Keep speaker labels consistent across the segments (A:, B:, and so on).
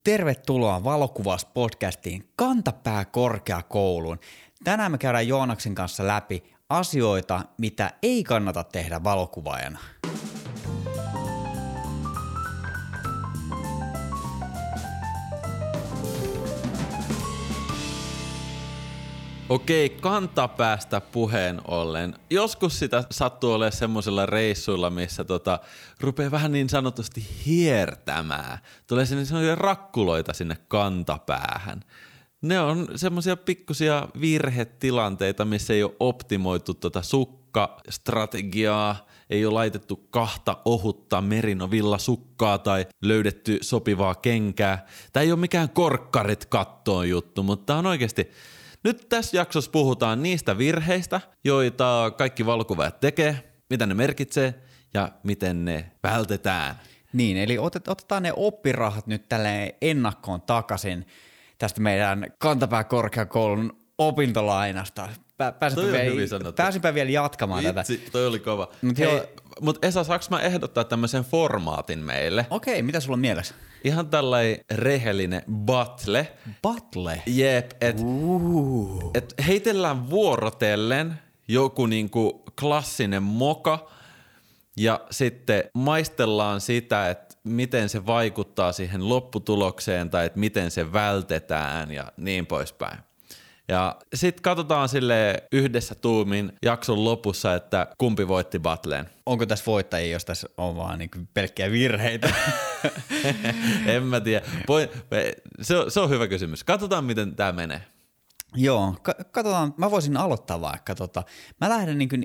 A: Tervetuloa Valokuvaus-podcastiin Kantapää korkeakouluun. Tänään me käydään Joonaksen kanssa läpi asioita, mitä ei kannata tehdä valokuvaajana.
B: Okei, kantapäästä puheen ollen. Joskus sitä sattuu olemaan semmoisilla reissuilla, missä rupeaa vähän niin sanotusti hiertämään. Tulee semmoisia rakkuloita sinne kantapäähän. Ne on semmoisia pikkusia virhetilanteita, missä ei ole optimoitu sukkastrategiaa, ei ole laitettu kahta ohutta merinovilla-sukkaa tai löydetty sopivaa kenkää. Tämä ei ole mikään korkkarit kattoon juttu, mutta on oikeasti... Nyt tässä jaksossa puhutaan niistä virheistä, joita kaikki valokuvaajat tekee, mitä ne merkitsee ja miten ne vältetään.
A: Niin, eli otetaan ne oppirahat nyt tälleen ennakkoon takaisin tästä meidän Kantapää-korkeakoulun opintolainasta. Pääsinpä vielä jatkamaan tätä.
B: Toi oli kova. Mutta Esa, saanko mä ehdottaa tämmöisen formaatin meille?
A: Okei, mitä sulla on mielessä?
B: Ihan tällainen rehellinen battle.
A: Battle?
B: Jep, et heitellään vuorotellen joku niinku klassinen moka ja sitten maistellaan sitä, että miten se vaikuttaa siihen lopputulokseen tai että miten se vältetään ja niin poispäin. Ja sitten katsotaan sille yhdessä tuumin jakson lopussa, että kumpi voitti battleen.
A: Onko tässä voittajia, jos tässä on vaan niin pelkkiä virheitä?
B: En mä tiedä. Se on hyvä kysymys. Katsotaan, miten tämä menee.
A: Joo, katsotaan. Mä voisin aloittaa vaikka. Mä lähden niin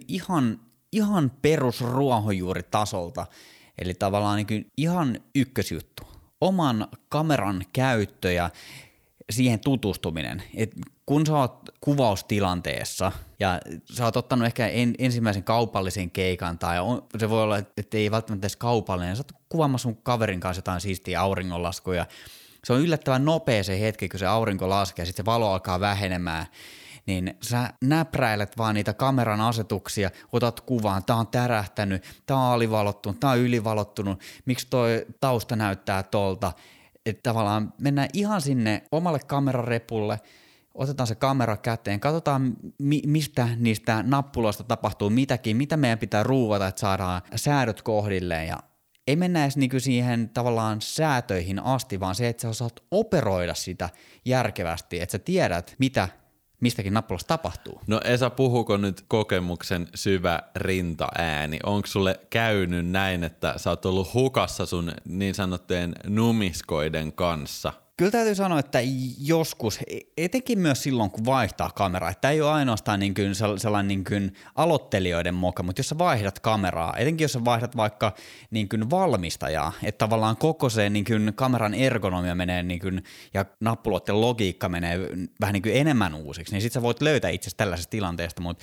A: ihan perusruohonjuuritasolta. Eli tavallaan niin ihan ykkösjuttu. Oman kameran käyttö ja siihen tutustuminen. Et kun sä oot kuvaustilanteessa ja sä oot ottanut ehkä ensimmäisen kaupallisen keikan tai se voi olla, että ei välttämättä edes kaupallinen, sä oot kuvaamassa sun kaverin kanssa jotain siistiä auringonlaskua. Se on yllättävän nopea se hetki, kun se aurinko laskee ja sitten se valo alkaa vähenemään. Niin sä näpräilet vaan niitä kameran asetuksia, otat kuvaan, tää on tärähtänyt, tää on alivalottunut, tää on ylivalottunut, miksi toi tausta näyttää tolta. Että tavallaan mennään ihan sinne omalle kamerarepulle, otetaan se kamera käteen, katsotaan mistä niistä nappuloista tapahtuu mitäkin, mitä meidän pitää ruuvata, että saadaan säädöt kohdilleen ja ei mennä edes niinku siihen tavallaan säätöihin asti, vaan se, että sä osaat operoida sitä järkevästi, että sä tiedät, mitä mistäkin nappulasta tapahtuu.
B: No Esa, puhuuko nyt kokemuksen syvä rintaääni? Onko sulle käynyt näin, että sä oot ollut hukassa sun niin sanottujen numiskoiden kanssa?
A: Kyllä täytyy sanoa, että joskus, etenkin myös silloin, kun vaihtaa kameraa, että ei ole ainoastaan niin kuin sellainen niin kuin aloittelijoiden moka, mutta jos sä vaihdat kameraa, etenkin jos sä vaihdat vaikka niin kuin valmistajaa, että tavallaan koko se niin kuin kameran ergonomia menee niin kuin, ja nappuloiden logiikka menee vähän niin kuin enemmän uusiksi, niin sit sä voit löytää itse tällaisesta tilanteesta, mutta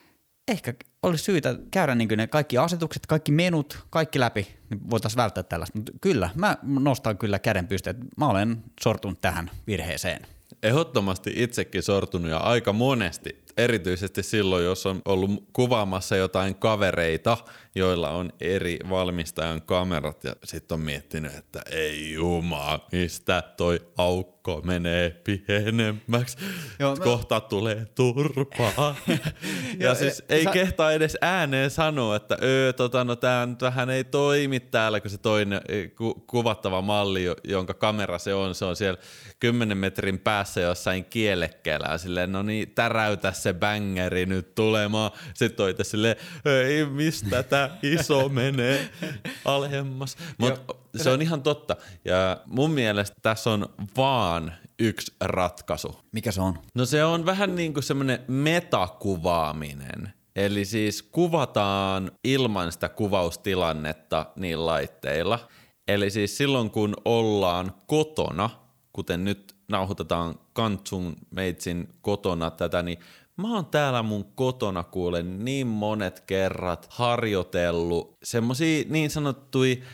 A: ehkä olisi syytä käydä niin kuin ne kaikki asetukset, kaikki menut, kaikki läpi, niin voitaisiin välttää tällaista. Mutta kyllä, mä nostan kyllä käden pystyyn, että mä olen sortunut tähän virheeseen.
B: Ehdottomasti itsekin sortunut ja aika monesti, erityisesti silloin, jos on ollut kuvaamassa jotain kavereita, joilla on eri valmistajan kamerat ja sitten on miettinyt, että ei jumala, mistä toi aukko menee pienemmäksi, kohta tulee turpaa. ja siis ei kehtaa edes ääneen sanoa, että tää nyt vähän ei toimi täällä, kun se toinen kuvattava malli, jonka kamera se on siellä 10 metrin päässä jossain kielekkeellä, silleen no niin, täräytä se bängeri nyt tulemaan. Sitten toita silleen, ei mistä tää iso menee alemmas. Mutta se on ihan totta. Ja mun mielestä tässä on vaan yksi ratkaisu.
A: Mikä se on?
B: No se on vähän niin kuin semmoinen metakuvaaminen. Eli siis kuvataan ilman sitä kuvaustilannetta niillä laitteilla. Eli siis silloin kun ollaan kotona, kuten nyt nauhoitetaan Kantsun meitsin kotona tätä, niin mä oon täällä mun kotona kuulen niin monet kerrat harjoitellut semmosia niin sanottuja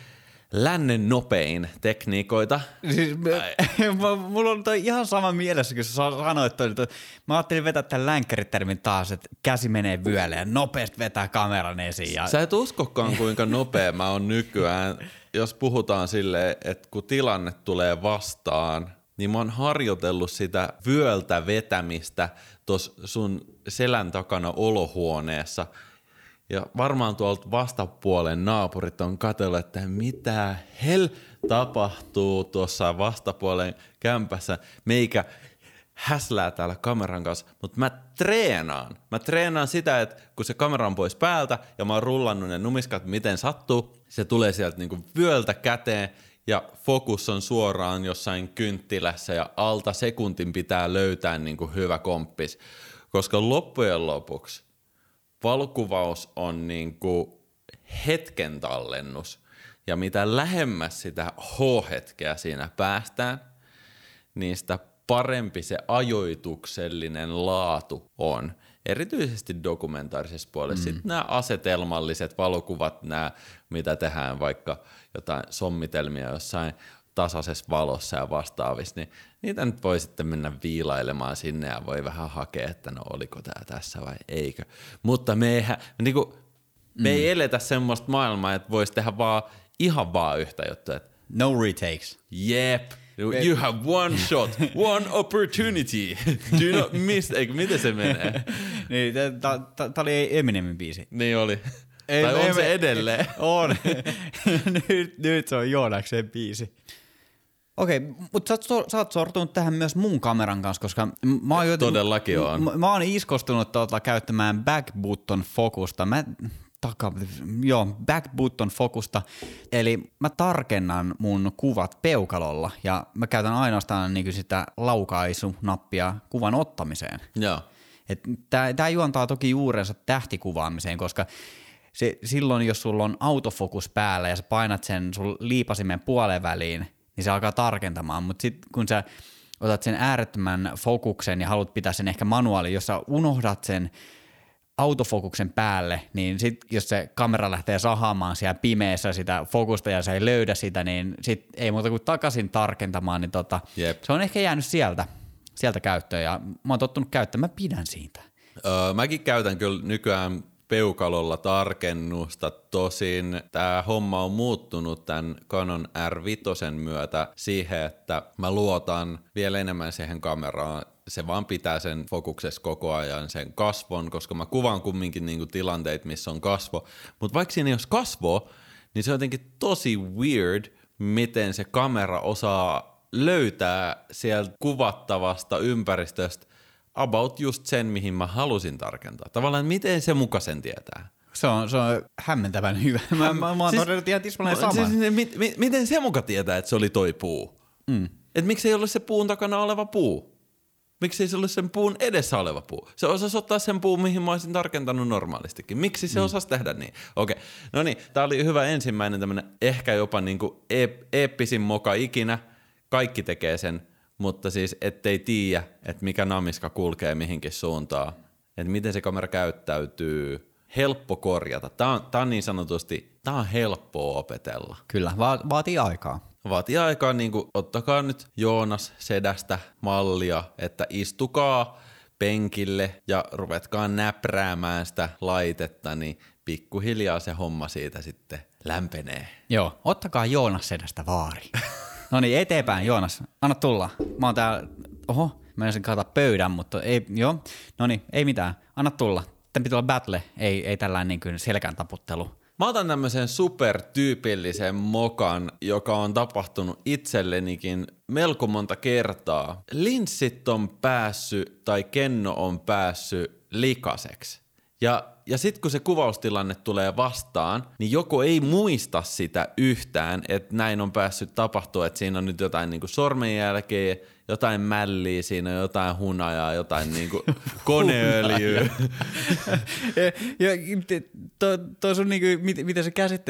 B: lännen nopein tekniikoita.
A: Siis, mulla on toi ihan sama mielessä, kun sä sanoit toi, että mä ajattelin vetää tämän länkkäritermin taas, että käsi menee vyöleen, nopeasti vetää kameran esiin. Ja...
B: Sä et uskokaan, kuinka nopea mä oon nykyään, jos puhutaan silleen, että kun tilanne tulee vastaan, niin mä oon harjoitellut sitä vyöltä vetämistä tuossa sun selän takana olohuoneessa. Ja varmaan tuolta vastapuolen naapurit on katsellut, että mitä tapahtuu tuossa vastapuolen kämpässä. Meikä häslää täällä kameran kanssa, mutta mä treenaan. Mä treenaan sitä, että kun se kamera on pois päältä ja mä oon rullannut ne numiskat miten sattuu, se tulee sieltä niinku vyöltä käteen ja fokus on suoraan jossain kynttilässä ja alta sekuntin pitää löytää niinku hyvä komppis. Koska loppujen lopuksi valokuvaus on niinku hetken tallennus ja mitä lähemmäs sitä H-hetkeä siinä päästään, niin sitä parempi se ajoituksellinen laatu on. Erityisesti dokumentaarisessa puolessa. Sitten nämä asetelmalliset valokuvat, nämä mitä tehdään vaikka jotain sommitelmia jossain tasaisessa valossa ja vastaavissa, niin niitä nyt voi sitten mennä viilailemaan sinne ja voi vähän hakea, että no oliko tämä tässä vai eikö. Mutta me ei eletä semmoista maailmaa, että voisi tehdä ihan vaan yhtä juttua.
A: No retakes.
B: Jep. You have one shot, one opportunity. Do not miss. Eikö, miten se menee?
A: Niin, tää oli Eminemin biisi.
B: Niin oli. Tai on se edelleen?
A: On. nyt se on Joonaksen biisi. Okei, mutta sä oot sortunut tähän myös mun kameran kanssa, koska mä oon
B: todellakin on.
A: Mä oon iskostunut käyttämään back button fokusta. Back button fokusta. Eli mä tarkennan mun kuvat peukalolla ja mä käytän ainoastaan niinku sitä laukaisunappia kuvan ottamiseen.
B: Joo.
A: Tää juontaa toki juurensa tähtikuvaamiseen, koska silloin jos sulla on autofokus päällä ja sä painat sen sun liipasimen puolen väliin, niin se alkaa tarkentamaan, mutta sitten kun sä otat sen äärettömän fokuksen ja haluat pitää sen ehkä manuaali, jos sä unohdat sen autofokuksen päälle, niin sitten jos se kamera lähtee sahaamaan siellä pimeässä sitä fokusta ja sä ei löydä sitä, niin sit ei muuta kuin takaisin tarkentamaan, niin se on ehkä jäänyt sieltä käyttöön ja mä oon tottunut käyttämään, mä pidän siitä.
B: Mäkin käytän kyllä nykyään peukalolla tarkennusta, tosin tämä homma on muuttunut tämän Canon R5 myötä siihen, että mä luotan vielä enemmän siihen kameraan. Se vaan pitää sen fokuksessa koko ajan sen kasvon, koska mä kuvaan kumminkin niinku tilanteita, missä on kasvo. Mutta vaikka siinä ei olisi kasvoa, niin se on jotenkin tosi weird, miten se kamera osaa löytää sieltä kuvattavasta ympäristöstä about just sen, mihin mä halusin tarkentaa. Tavallaan miten se muka sen tietää?
A: Se on hämmentävän hyvä. Mä oon todennut ihan tismalleen samaa.
B: Miten se muka tietää, että se oli toi puu? Et miksi ei ole se puun takana oleva puu? Miksi ei se ole sen puun edessä oleva puu? Se osasi ottaa sen puun, mihin mä olisin tarkentanut normaalistikin. Miksi se osasi tehdä niin? Okei. No niin, tää oli hyvä ensimmäinen tämmönen ehkä jopa niinku eeppisin moka ikinä. Kaikki tekee sen. Mutta siis ettei tiedä, että mikä namiska kulkee mihinkin suuntaan, että miten se kamera käyttäytyy, helppo korjata. Tää on niin sanotusti, tää on helppoa opetella.
A: Kyllä, vaatii aikaa.
B: Vaatii aikaa, niin kuin ottakaa nyt Joonas sedästä mallia, että istukaa penkille ja ruvetkaa näpräämään sitä laitetta, niin pikkuhiljaa se homma siitä sitten lämpenee.
A: Joo, ottakaa Joonas sedästä vaari. No niin, eteenpäin Joonas, anna tulla. Mä oon täällä, mä ensin kaataa pöydän, mutta ei, joo. No niin, ei mitään, anna tulla. Tän pitää olla battle, ei tällainen niin kuin selkään taputtelu.
B: Mä otan tämmöisen supertyypillisen mokan, joka on tapahtunut itsellenikin melko monta kertaa. Linssit on päässyt tai kenno on päässyt likaseksi. Ja sitten kun se kuvaustilanne tulee vastaan, niin joko ei muista sitä yhtään, että näin on päässyt tapahtua, että siinä on nyt jotain niinku sormenjälkeä, jotain mälliä, siinä on jotain hunajaa, jotain niinku koneöljyä.
A: ja toi sun niinku, miten sä käsittelet,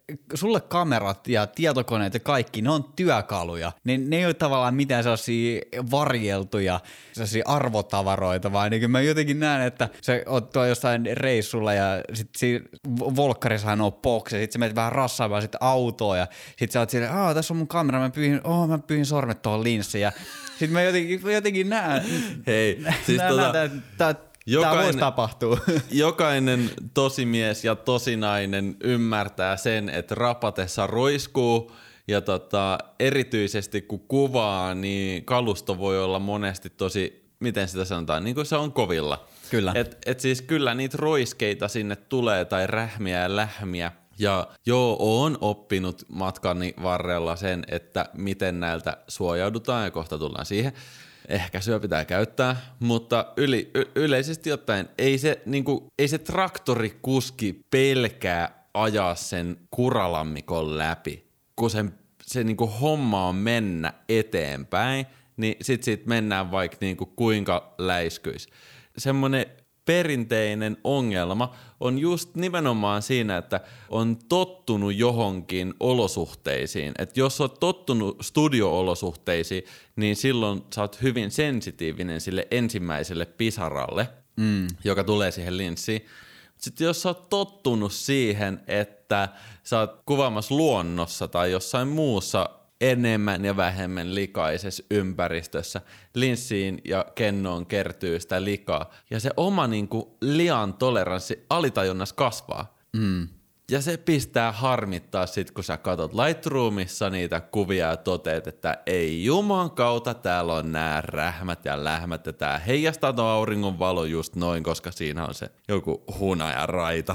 A: sulle kamerat ja tietokoneet ja kaikki, ne on työkaluja. Ne ei ole tavallaan mitään sellaisia varjeltuja, sellaisia arvotavaroita, vaan niin mä jotenkin näen, että sä oot tuolla jossain reissulla ja sit volkkarissahan on boksi, ja sit sä menet vähän rassaamaan sit autoa ja sit sä oot silleen, tässä on mun kamera, mä pyyhin sormet tuohon linssiin ja sit mä jotenkin näen.
B: Hei, siis
A: Tämä voisi tapahtua.
B: Jokainen tosimies ja tosinainen ymmärtää sen, että rapatessa roiskuu ja erityisesti kun kuvaa, niin kalusto voi olla monesti tosi, miten sitä sanotaan, niin kuin se on kovilla.
A: Kyllä.
B: Et siis kyllä niitä roiskeita sinne tulee tai rähmiä ja lähmiä. Ja oon oppinut matkani varrella sen, että miten näiltä suojaudutaan ja kohta tullaan siihen. Ehkäisyä pitää käyttää, mutta yleisesti ottaen ei se traktorikuski pelkää ajaa sen kuralammikon läpi. Kun se niinku homma on mennä eteenpäin, niin sit mennään vaikka niinku kuinka läiskyis. Semmoinen perinteinen ongelma on just nimenomaan siinä, että on tottunut johonkin olosuhteisiin. Että jos olet tottunut studio-olosuhteisiin, niin silloin sä oot hyvin sensitiivinen sille ensimmäiselle pisaralle, joka tulee siihen linssiin. Sitten jos sä oot tottunut siihen, että sä oot kuvaamassa luonnossa tai jossain muussa enemmän ja vähemmän likaisessa ympäristössä, linssiin ja kennoon kertyy sitä likaa. Ja se oma niinku lian toleranssi alitajunnassa kasvaa. Ja se pistää harmittaa sit, kun sä katot Lightroomissa niitä kuvia ja toteet, että ei juman kautta, täällä on nää rähmät ja lähmät ja tää heijastaa tuon auringon valo just noin, koska siinä on se joku hunajaraita.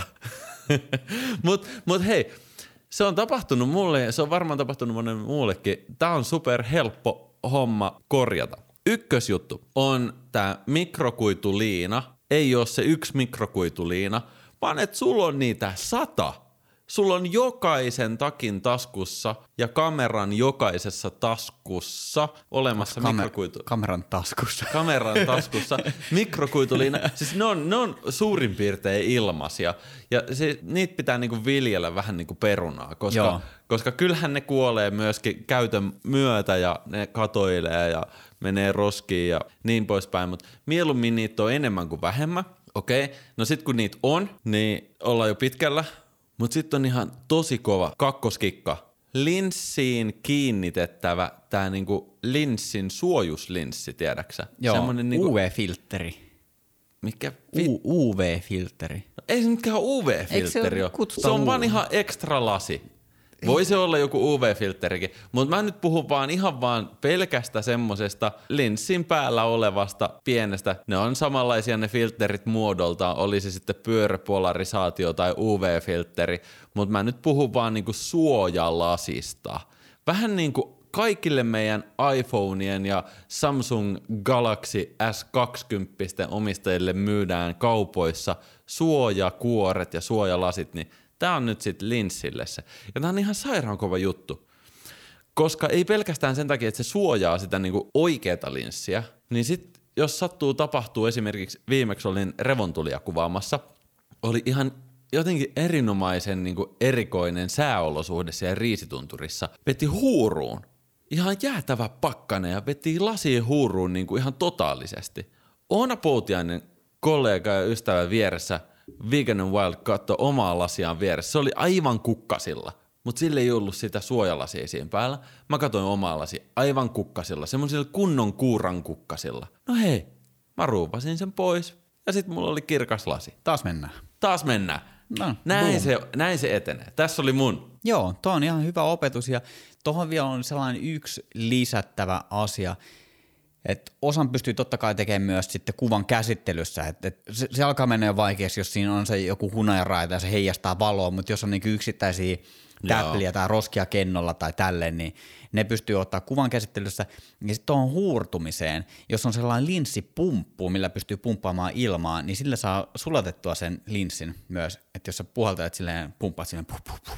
B: Mut hei, se on tapahtunut mulle ja se on varmaan tapahtunut monen muullekin. Tää on super helppo homma korjata. Ykkösjuttu on tää mikrokuituliina. Ei oo se yksi mikrokuituliina, vaan että sulla on niitä 100. Sulla on jokaisen takin taskussa ja kameran jokaisessa taskussa olemassa
A: Kameran taskussa.
B: Kameran taskussa mikrokuituliina. Siis ne on suurin piirtein ilmaisia ja niitä pitää niinku viljellä vähän niinku perunaa, koska kyllähän ne kuolee myöskin käytön myötä ja ne katoilee ja menee roskiin ja niin poispäin, mutta mieluummin niitä on enemmän kuin vähemmän. Okei, no sit kun niitä on, niin ollaan jo pitkällä. Mutta sitten on ihan tosi kova kakkoskikka. Linssiin kiinnitettävä tää niinku linssin suojuslinssi, tiedäksä?
A: Joo,
B: semmonen niinku
A: UV-filtteri.
B: Mikä?
A: UV-filtteri.
B: No, ei se mikään UV-filtteri ole. Se on vaan ihan ekstra lasi. Voi se olla joku UV-filtterikin, mutta mä nyt puhun ihan vaan pelkästä semmosesta linssin päällä olevasta pienestä. Ne on samanlaisia ne filterit muodoltaan, oli se sitten pyöräpolarisaatio tai UV-filteri, mutta mä nyt puhun vaan niinku suojalasista. Vähän niinku kaikille meidän iPhoneien ja Samsung Galaxy S20 omistajille myydään kaupoissa suojakuoret ja suojalasit, niin tää on nyt sit linssille se. Ja tää on ihan sairaan kova juttu. Koska ei pelkästään sen takia, että se suojaa sitä niinku oikeata linssiä, niin sit jos tapahtuu esimerkiksi viimeksi olin revontulia kuvaamassa, oli ihan jotenkin erinomaisen niinku erikoinen sääolosuhde siellä Riisitunturissa. Veti huuruun. Ihan jäätävä pakkane ja veti lasiin huuruun niinku ihan totaalisesti. Oona Poutiainen, kollega ja ystävä vieressä, Vegan and Wild katsoi omaa lasiaan vieressä. Se oli aivan kukkasilla, mutta sille ei ollut sitä suojalasia siinä päällä. Mä katsoin omaa lasia aivan kukkasilla, semmoisilla kunnon kuuran kukkasilla. No hei, mä ruuvasin sen pois ja sit mulla oli kirkas lasi. Taas mennään.
A: No,
B: näin se etenee. Tässä oli mun.
A: Joo, tuo on ihan hyvä opetus ja tuohon vielä on sellainen yksi lisättävä asia, että osan pystyy totta kai tekemään myös sitten kuvan käsittelyssä, että se alkaa mennä jo vaikeaksi, jos siinä on se joku hunajaraita ja se heijastaa valoa, mutta jos on niinku yksittäisiä täpliä tai roskia kennolla tai tälleen, niin ne pystyy ottaa kuvan käsittelyssä. Ja sitten tuohon huurtumiseen, jos on sellainen linssipumppu, millä pystyy pumppaamaan ilmaa, niin sillä saa sulatettua sen linssin myös, että jos sä puhaltajat silleen, pumppaat silleen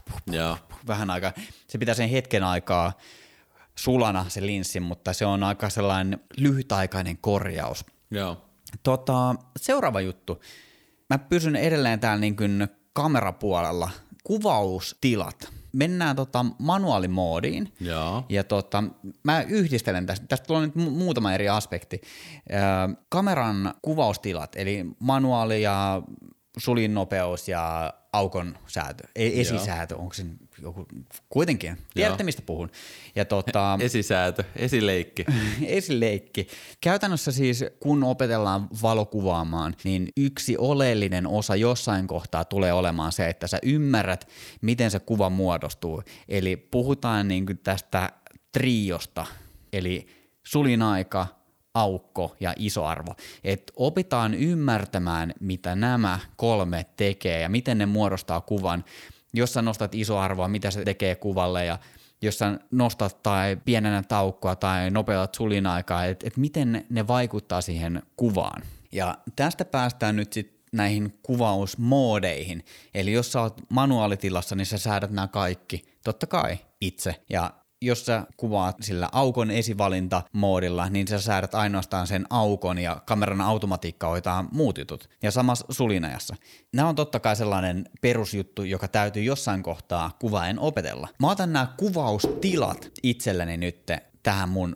A: vähän aikaa, se pitää sen hetken aikaa sulana se linssi, mutta se on aika sellainen lyhytaikainen korjaus.
B: Joo.
A: Seuraava juttu. Mä pysyn edelleen täällä niin kuin kamerapuolella. Kuvaustilat. mennään manuaalimoodiin.
B: Joo.
A: Ja mä yhdistelen tästä tulee nyt muutama eri aspekti. Kameran kuvaustilat, eli manuaali ja sulinnopeus ja aukon säätö, esisäätö, onko se joku, kuitenkin, tiedätte mistä puhun. Ja
B: Esisäätö, esileikki.
A: Esileikki. Käytännössä siis, kun opetellaan valokuvaamaan, niin yksi oleellinen osa jossain kohtaa tulee olemaan se, että sä ymmärrät, miten se kuva muodostuu. Eli puhutaan niin kuin tästä triosta, eli sulinaika, aukko ja isoarvo. Et opitaan ymmärtämään, mitä nämä 3 tekee ja miten ne muodostaa kuvan. Jos sä nostat isoarvoa, mitä se tekee kuvalle ja jos sä nostat tai pienennät aukkoa tai nopeutat sulinaikaa, että miten ne vaikuttaa siihen kuvaan. Ja tästä päästään nyt sitten näihin kuvausmoodeihin. Eli jos sä oot manuaalitilassa, niin sä säädät nämä kaikki, totta kai, itse. Ja jos sä kuvaat sillä aukon esivalintamoodilla, niin sä säädät ainoastaan sen aukon ja kameran automatiikka hoitaa muut jutut. Ja samassa sulinajassa. Nämä on totta kai sellainen perusjuttu, joka täytyy jossain kohtaa kuvaajan opetella. Mä otan nämä kuvaustilat itselleni nyt tähän mun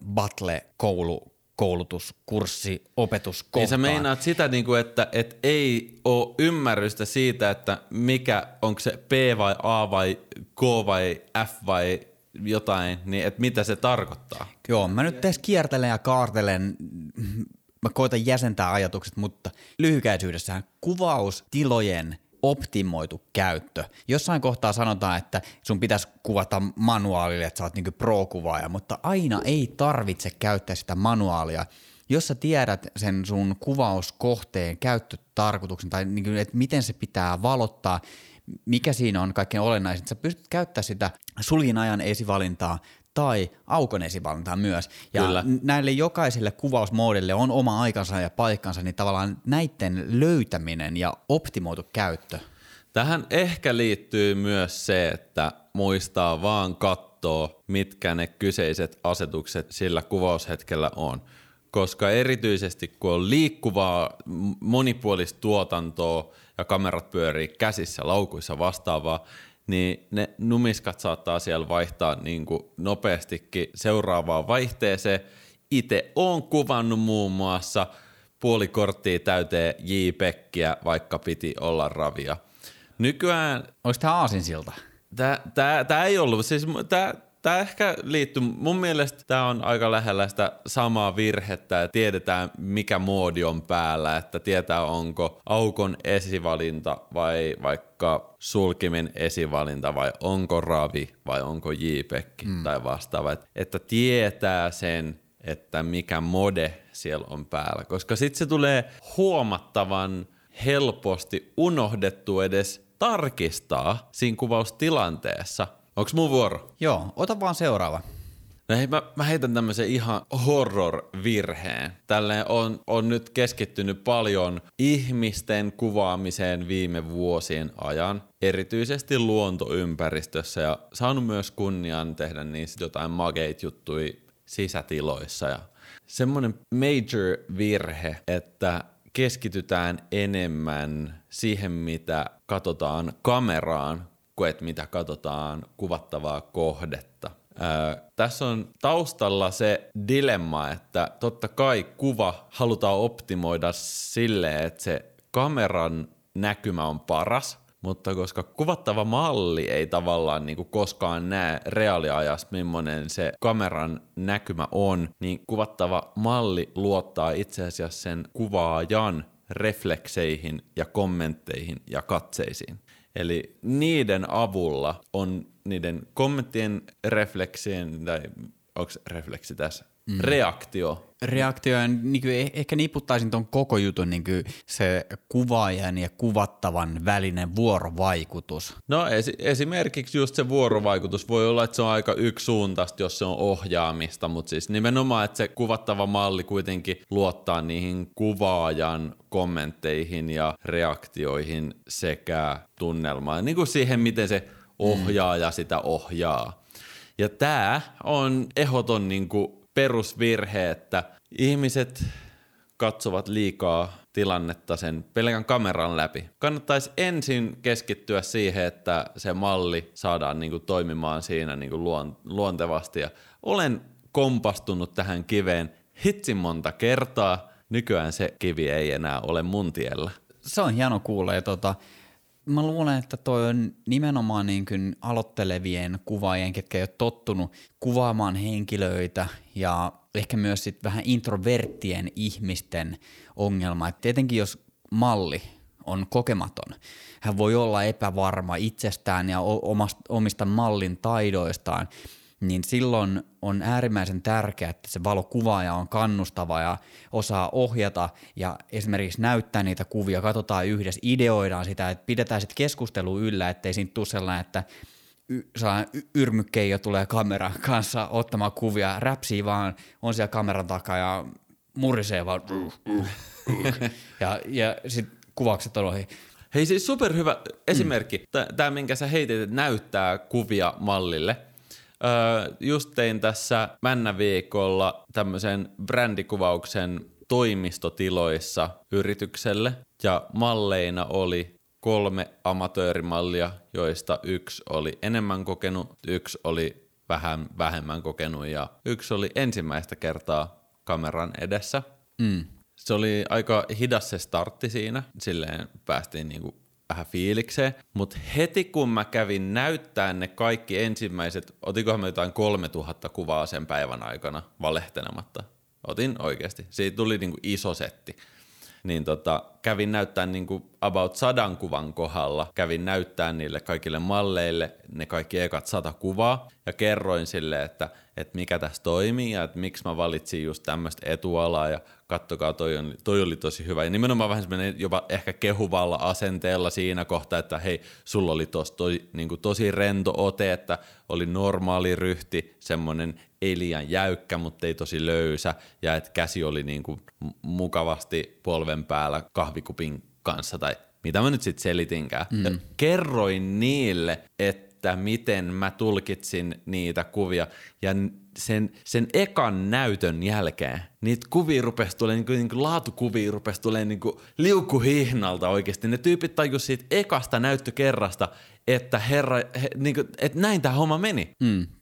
A: koulutuskurssi, opetuskohtaan.
B: Niin sä meinaat sitä, että ei ole ymmärrystä siitä, että mikä, onko se P vai A vai K vai F vai jotain, niin että mitä se tarkoittaa.
A: Joo, mä nyt tässä kiertelen ja kaartelen, mä koitan jäsentää ajatukset, mutta lyhykäisyydessään kuvaustilojen optimoitu käyttö. Jossain kohtaa sanotaan, että sun pitäisi kuvata manuaalille, että sä oot niinku pro-kuvaaja, mutta aina ei tarvitse käyttää sitä manuaalia. Jos sä tiedät sen sun kuvauskohteen käyttötarkoituksen tai niinku, että miten se pitää valottaa, mikä siinä on kaikkein olennaisin, sä pystyt käyttämään sitä sulinajan esivalintaa tai aukon esivalintaa myös. Ja
B: Kyllä.
A: Näille jokaiselle kuvausmoodille on oma aikansa ja paikkansa, niin tavallaan näiden löytäminen ja optimoitu käyttö.
B: Tähän ehkä liittyy myös se, että muistaa vaan katsoa, mitkä ne kyseiset asetukset sillä kuvaushetkellä on. Koska erityisesti kun on liikkuvaa monipuolista tuotantoa ja kamerat pyörii käsissä, laukuissa vastaavaa, niin ne numiskat saattaa siellä vaihtaa niin kuin nopeastikin seuraavaan vaihteeseen. Itse oon kuvannut muun muassa puolikorttia täyteen JPEGiä, vaikka piti olla ravia. Nykyään...
A: Oliko tämä aasinsilta?
B: Tämä ei ollut. Siis tämä ehkä liittyy, mun mielestä tämä on aika lähellä sitä samaa virhettä, että tiedetään mikä moodi on päällä, että tietää onko aukon esivalinta vai vaikka sulkimen esivalinta vai onko ravi vai onko JPEG tai vastaava, että tietää sen, että mikä mode siellä on päällä, koska sitten se tulee huomattavan helposti unohdettu edes tarkistaa siinä kuvaustilanteessa. Onko mun vuoro?
A: Joo, ota vaan seuraava.
B: No hei, mä heitän tämmöisen ihan horror-virheen. Tälleen on nyt keskittynyt paljon ihmisten kuvaamiseen viime vuosien ajan, erityisesti luontoympäristössä ja saanut myös kunnian tehdä niistä jotain mageit juttuja sisätiloissa. Ja semmoinen major virhe, että keskitytään enemmän siihen, mitä katsotaan kameraan, kuin että mitä katsotaan kuvattavaa kohdetta. Tässä on taustalla se dilemma, että totta kai kuva halutaan optimoida silleen, että se kameran näkymä on paras, mutta koska kuvattava malli ei tavallaan niin kuin koskaan näe reaaliajassa, millainen se kameran näkymä on, niin kuvattava malli luottaa itse asiassa sen kuvaajan reflekseihin ja kommentteihin ja katseisiin. Eli niiden avulla on niiden kommenttien refleksien, tai onko refleksi tässä?
A: Reaktioon niin ehkä niputtaisin tuon koko jutun niin se kuvaajan ja kuvattavan välinen vuorovaikutus.
B: No esimerkiksi just se vuorovaikutus voi olla, että se on aika yksisuuntaista, jos se on ohjaamista, mutta siis nimenomaan, että se kuvattava malli kuitenkin luottaa niihin kuvaajan kommentteihin ja reaktioihin sekä tunnelmaan, niin kuin siihen, miten se ohjaaja sitä ohjaa. Ja tämä on ehdoton niin kuin perusvirhe, että ihmiset katsovat liikaa tilannetta sen pelkän kameran läpi. Kannattaisi ensin keskittyä siihen, että se malli saadaan niinku toimimaan siinä niinku luontevasti. Ja olen kompastunut tähän kiveen hitsin monta kertaa. Nykyään se kivi ei enää ole mun tiellä.
A: Se on hieno kuulla. Mä luulen, että toi on nimenomaan niin kuin aloittelevien kuvaajien, ketkä ei ole tottunut kuvaamaan henkilöitä ja ehkä myös sit vähän introverttien ihmisten ongelma. Et tietenkin jos malli on kokematon, hän voi olla epävarma itsestään ja omista mallin taidoistaan, niin silloin on äärimmäisen tärkeää, että se valokuvaaja on kannustava ja osaa ohjata ja esimerkiksi näyttää niitä kuvia, katsotaan yhdessä, ideoidaan sitä, että pidetään sitten keskustelu yllä, ettei siinä tule sellainen, että yrmykkeijo tulee kameran kanssa ottamaan kuvia, räpsii vaan, on siellä kameran takaa ja murisee vaan ja sitten kuvaukset on ohi.
B: Hei, siis superhyvä esimerkki, tämä minkä sä heitit, että näyttää kuvia mallille. Just tein tässä Männäviikolla tämmöisen brändikuvauksen toimistotiloissa yritykselle ja malleina oli 3 amatöörimallia, joista 1 oli enemmän kokenut, 1 oli vähän vähemmän kokenut ja 1 oli ensimmäistä kertaa kameran edessä. Se oli aika hidas se startti siinä, silleen päästiin niinku vähän fiilikseen, mutta heti kun mä kävin näyttää ne kaikki ensimmäiset, otinkohan me jotain 3000 kuvaa sen päivän aikana valehtelematta. Otin oikeasti. Siitä tuli niinku iso setti. Niin kävin näyttää niinku about 100 kuvan kohdalla, kävin näyttää niille kaikille malleille ne kaikki ekat 100 kuvaa ja kerroin sille, että mikä tässä toimii ja että miksi mä valitsin just tämmöistä etualaa ja kattokaa, toi oli tosi hyvä. Ja nimenomaan vähän semmoinen jopa ehkä kehuvalla asenteella siinä kohtaa, että hei, sulla oli niinku tosi rento ote, että oli normaali ryhti, semmoinen ei liian jäykkä, mutta ei tosi löysä ja että käsi oli niinku mukavasti polven päällä kahvikupin kanssa tai mitä mä nyt sitten selitinkään. Ja kerroin niille, että miten mä tulkitsin niitä kuvia ja sen ekan näytön jälkeen niitä kuvia rupesi tulemaan, niinku laatukuvia rupesi tulemaan niinku liukuhihnalta oikeasti. Ne tyypit tajus siitä ekasta näyttökerrasta, että niinku, että näin tää homma meni.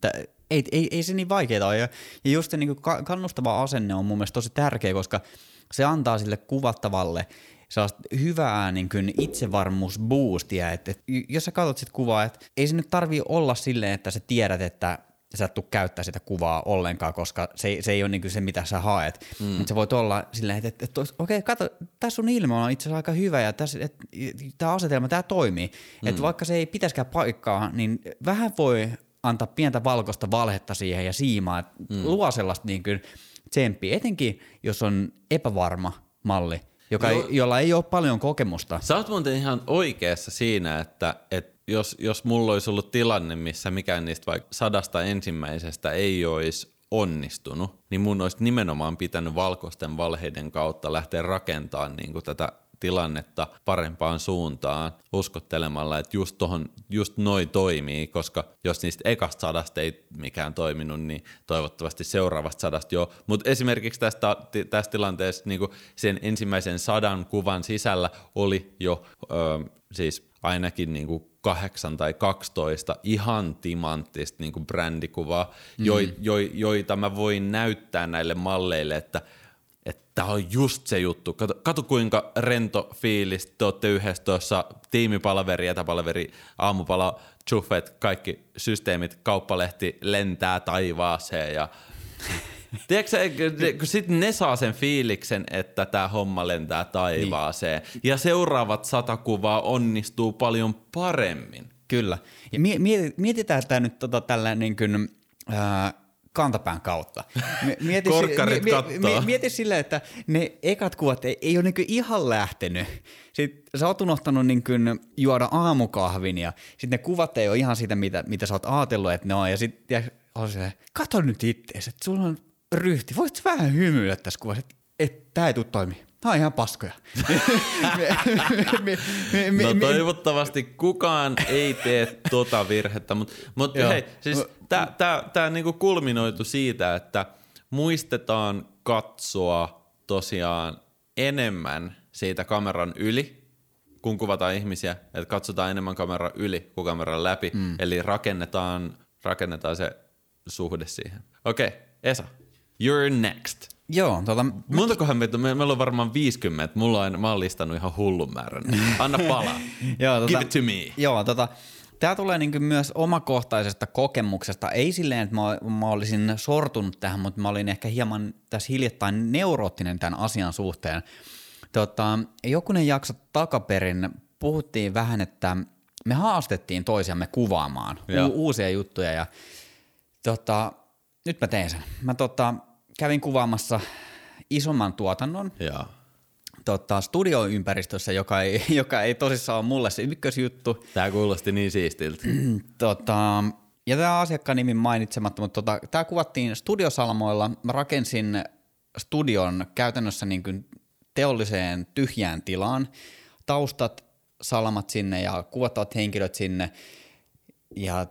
A: Ei se niin vaikeaa ole. Ja just se niin kannustava asenne on mun mielestä tosi tärkeä, koska se antaa sille kuvattavalle sellaista hyvää niin kuin itsevarmuusboostia, että jos sä katsot sit kuvaa, että ei se nyt tarvii olla silleen, että sä tiedät, että sä et tuu käyttää sitä kuvaa ollenkaan, koska se ei ole niin kuin se, mitä sä haet. Mutta sä voit olla silleen, että okei, kato, tässä sun ilme on itse asiassa aika hyvä ja tämä asetelma, tämä toimii. Että vaikka se ei pitäisikään paikkaa, niin vähän voi antaa pientä valkoista valhetta siihen ja siimaa, että luo sellaista niin kuin tsemppiä, etenkin jos on epävarma malli, jolla ei ole paljon kokemusta.
B: Sä oot muuten ihan oikeassa siinä, että jos mulla olisi ollut tilanne, missä mikään niistä vaikka 100 ensimmäisestä ei olisi onnistunut, niin mun olisi nimenomaan pitänyt valkoisten valheiden kautta lähteä rakentamaan niin kuin tätä tilannetta parempaan suuntaan uskottelemalla, että just noi toimii, koska jos niistä ekasta 100 ei mikään toiminut, niin toivottavasti seuraavasta 100 joo. Mutta esimerkiksi tässä tilanteessa niin sen ensimmäisen 100 kuvan sisällä oli jo siis ainakin niin kuin 8 tai 12 ihan timanttista niin kuin brändikuvaa, joita mä voin näyttää näille malleille, että tämä on just se juttu. Kato kuinka rento fiilis, te olette yhdessä tuossa tiimipalaveri, etäpalaveri, aamupala, chuffet, kaikki systeemit, kauppalehti lentää taivaaseen ja tiedätkö, kun sitten ne saa sen fiiliksen, että tämä homma lentää taivaaseen ja seuraavat 100 kuvaa onnistuu paljon paremmin.
A: Kyllä. Ja mietitään tämä nyt tällä niin kuin, kantapään kautta.
B: Korkkarit kattoo.
A: Mieti silleen, että ne ekat kuvat ei ole niinku ihan lähtenyt. Sitten sä oot unohtanut niinku juoda aamukahvin ja sitten ne kuvat ei ole ihan siitä, mitä sä oot ajatellut, että ne on. Ja sitten kato nyt ittees, että sulla on ryhti. Voit vähän hymyillä tässä kuvassa, että tää ei tule toimia. Tää on ihan paskoja.
B: No toivottavasti kukaan ei tee tota virhettä, mutta hei, siis tää niinku kulminoitu siitä, että muistetaan katsoa tosiaan enemmän siitä kameran yli, kun kuvataan ihmisiä, että katsotaan enemmän kameran yli kuin kameran läpi, eli rakennetaan se suhde siihen. Okei, Esa, you're next.
A: Joo,
B: Montakohan meillä on varmaan 50, mä oon listannut ihan hullun määrän. Anna palaa. Give it to me.
A: Joo, tää tulee niinku myös omakohtaisesta kokemuksesta. Ei silleen, että mä olisin sortunut tähän, mutta mä olin ehkä hieman tässä hiljattain neuroottinen tämän asian suhteen. Jokunen jakso takaperin puhuttiin vähän, että me haastettiin toisiamme kuvaamaan uusia juttuja ja nyt mä tein sen. Mä kävin kuvaamassa isomman tuotannon studioympäristössä, joka ei tosissaan ole mulle se ykkösjuttu.
B: Tää kuulosti niin siistiltä.
A: Ja tämä asiakkaan nimi mainitsematta, mutta tämä kuvattiin Studiosalmoilla. Mä rakensin studion käytännössä niin kuin teolliseen tyhjään tilaan. Taustat, salamat sinne ja kuvattavat henkilöt sinne. Ja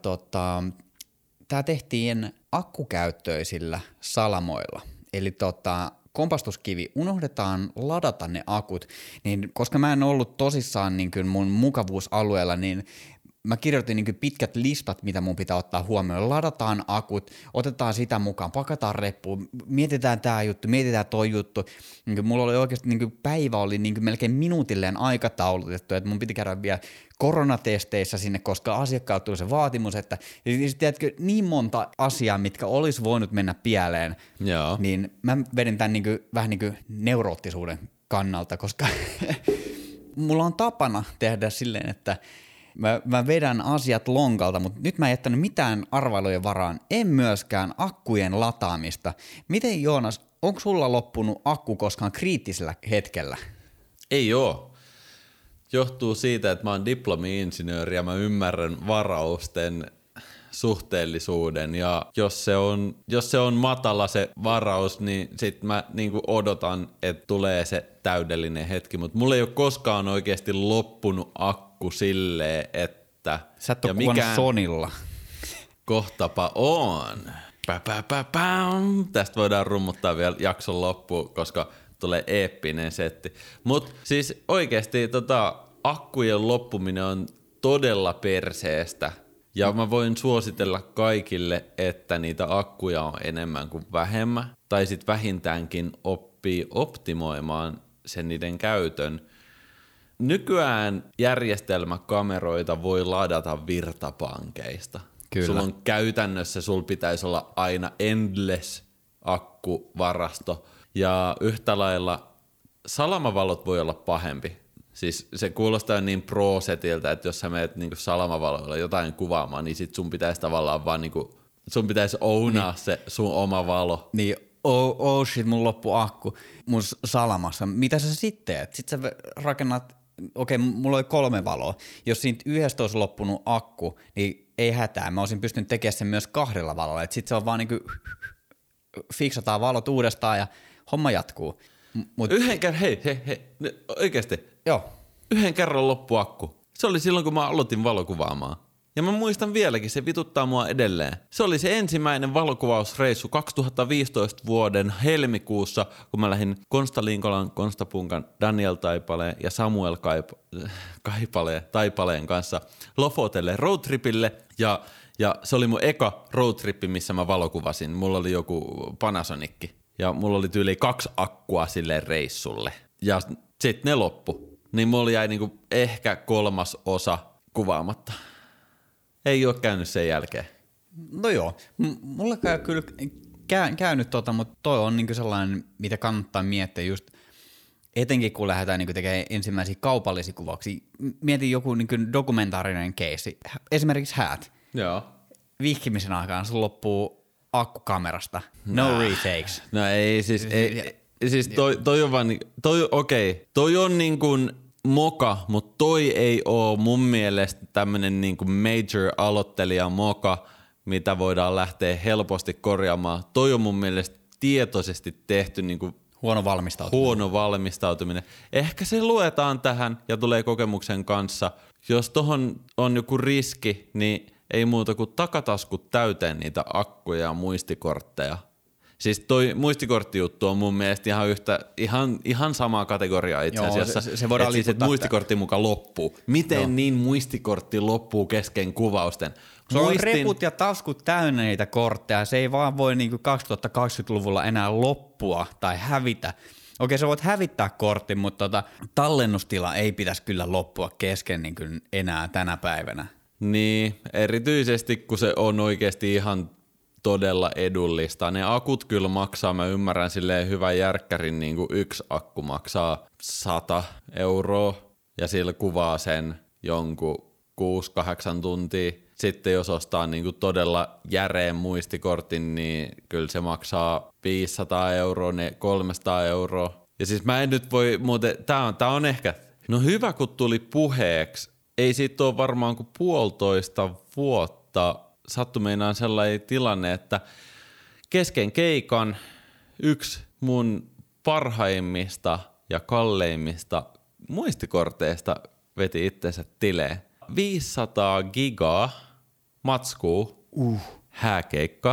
A: tämä tehtiin akkukäyttöisillä salamoilla. Eli kompastuskivi, unohdetaan ladata ne akut, niin koska mä en ollut tosissaan niin kuin mun mukavuusalueella, niin mä kirjoitin niin kuin pitkät listat, mitä mun pitää ottaa huomioon. Ladataan akut, otetaan sitä mukaan, pakataan reppuun, mietitään tää juttu, mietitään toi juttu. Niin kuin mulla oli oikeasti niin kuin päivä oli niin kuin melkein minuutilleen aikataulutettu, että mun piti käydä vielä koronatesteissä sinne, koska asiakkaalta tuli se vaatimus, että tiedätkö, niin monta asiaa, mitkä olisi voinut mennä pieleen, niin mä vedin tämän niin kuin, vähän niin kuin neuroottisuuden kannalta, koska mulla on tapana tehdä silleen, että mä vedän asiat lonkalta, mutta nyt mä en jättänyt mitään arvailujen varaan, en myöskään akkujen lataamista. Miten Joonas, onko sulla loppunut akku koskaan kriittisellä hetkellä? Ei
B: oo. Johtuu siitä, että mä oon diplomi-insinööri ja mä ymmärrän varausten suhteellisuuden ja jos se on matala se varaus, niin sit mä niinku odotan, että tulee se täydellinen hetki, mutta mulla ei ole koskaan oikeasti loppunut akku silleen, että...
A: Sä et ole kuvannut Sonilla.
B: Kohtapa on. Tästä voidaan rummuttaa vielä jakson loppuun, koska tulee eeppinen setti. Mutta siis oikeasti akkujen loppuminen on todella perseestä. Ja mä voin suositella kaikille, että niitä akkuja on enemmän kuin vähemmän. Tai sit vähintäänkin oppii optimoimaan sen niiden käytön. Nykyään järjestelmäkameroita voi ladata virtapankeista.
A: Kyllä.
B: Sulla on käytännössä, sulla pitäisi olla aina endless akkuvarasto. Ja yhtä lailla salamavalot voi olla pahempi. Siis se kuulostaa niin pro-setiltä, että jos sä menet niinku salamavaloilla jotain kuvaamaan, niin sit sun pitäisi tavallaan vaan niinku, sun pitäisi ownaa se sun oma valo.
A: Niin, oh shit, mun loppu akku mun salamassa. Mitä sä sitten teet? Sitten sä rakennat, okei, mulla oli 3 valoa. Jos siitä yhdestä olisi loppunut akku, niin ei hätää. Mä olisin pystynyt tekemään sen myös 2 valolla. Sitten se on vaan niinku, fiksataan valot uudestaan ja homma jatkuu.
B: Hei, oikeesti.
A: Joo.
B: Yhden kerran loppu akku. Se oli silloin, kun mä aloitin valokuvaamaan. Ja mä muistan vieläkin, se vituttaa mua edelleen. Se oli se ensimmäinen valokuvausreissu 2015 vuoden helmikuussa, kun mä lähdin Konsta Linkolan, Konsta Punkan, Daniel Taipaleen ja Samuel Taipaleen kanssa Lofotelle roadtripille. Ja se oli mun eka roadtrippi, missä mä valokuvasin. Mulla oli joku Panasonic. Ja mulla oli tyyli 2 akkua sille reissulle. Ja sit ne loppu. Niin mulla jäi niinku ehkä 3/3 kuvaamatta. Ei oo käynyt sen jälkeen.
A: No joo, mulla käy kyllä käynyt mutta toi on niinku sellainen, mitä kannattaa miettiä just, etenkin kun lähdetään niinku tekemään ensimmäisiä kaupallisia kuvauksia. Mietin joku niinku dokumentaarinen keissi, esimerkiksi häät.
B: Joo.
A: Vihkimisen aikaan se loppuu akkukamerasta. No retakes.
B: No ei siis, siis toi on vaan, toi on niin kuin moka, mutta toi ei oo mun mielestä tämmönen niin kuin major aloittelija moka, mitä voidaan lähteä helposti korjaamaan. Toi on mun mielestä tietoisesti tehty niin kuin huono valmistautuminen. Ehkä se luetaan tähän ja tulee kokemuksen kanssa. Jos tohon on joku riski, niin ei muuta kuin takataskut täyteen niitä akkuja ja muistikortteja. Siis toi muistikorttijuttu on mun mielestä ihan samaa kategoriaa itse asiassa.
A: Se voidaan
B: siis, että muistikortti mukaan loppuu. Miten niin muistikortti loppuu kesken kuvausten?
A: Se on reput ja taskut täynnä niitä kortteja. Se ei vaan voi niinku 2020-luvulla enää loppua tai hävitä. Okei, sä voit hävittää kortin, mutta tallennustila ei pitäisi kyllä loppua kesken niin kuin enää tänä päivänä.
B: Niin, erityisesti kun se on oikeasti ihan todella edullista. Ne akut kyllä maksaa, mä ymmärrän silleen hyvän järkkärin, niin kuin yksi akku maksaa 100 € ja sillä kuvaa sen jonkun 6-8 tuntia. Sitten jos ostaa niin kuin todella järeen muistikortin, niin kyllä se maksaa 500 €, 300 €. Ja siis mä en nyt voi muuten, tää on ehkä, no hyvä kun tuli puheeksi, ei siitä ole varmaan kuin 1,5 vuotta sattui meinaan sellainen tilanne, että kesken keikan yksi mun parhaimmista ja kalleimmista muistikorteista veti itsensä tileen. 500 gigaa matskuu, hääkeikka.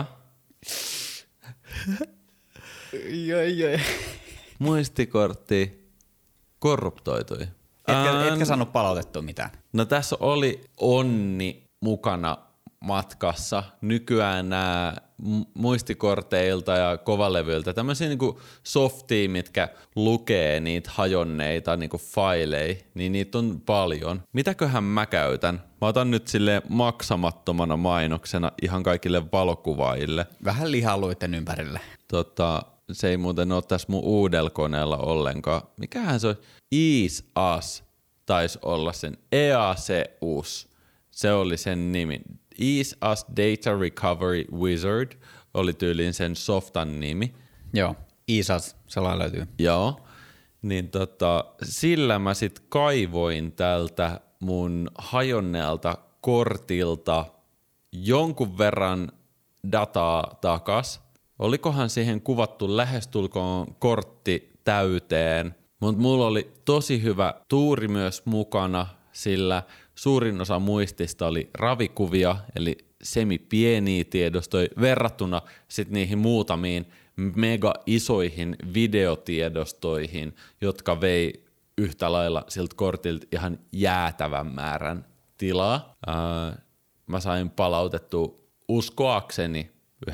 B: Muistikortti korruptoitui.
A: Etkä saanut palautettua mitään?
B: No tässä oli onni mukana matkassa. Nykyään nämä muistikorteilta ja kovalevyiltä, tämmöisiä niinku softia, mitkä lukee niitä hajonneita niinku faileja, niin niitä on paljon. Mitäköhän mä käytän? Mä otan nyt silleen maksamattomana mainoksena ihan kaikille valokuvaajille.
A: Vähän lihaluiden ympärille.
B: Se ei muuten ole tässä mun uudella koneella ollenkaan. Mikähän se on? EaseUS taisi olla sen. EaseUS. Se oli sen nimi. EaseUS Data Recovery Wizard oli tyyliin sen softan nimi.
A: Joo, EaseUS, sellainen löytyy.
B: Joo, niin sillä mä sit kaivoin tältä mun hajonneelta kortilta jonkun verran dataa takas. Olikohan siihen kuvattu lähestulkoon kortti täyteen, mutta mulla oli tosi hyvä tuuri myös mukana, sillä suurin osa muistista oli ravikuvia, eli semi-pieniä tiedostoja verrattuna sitten niihin muutamiin mega isoihin videotiedostoihin, jotka vei yhtä lailla siltä kortilta ihan jäätävän määrän tilaa. Mä sain palautettua uskoakseni 95%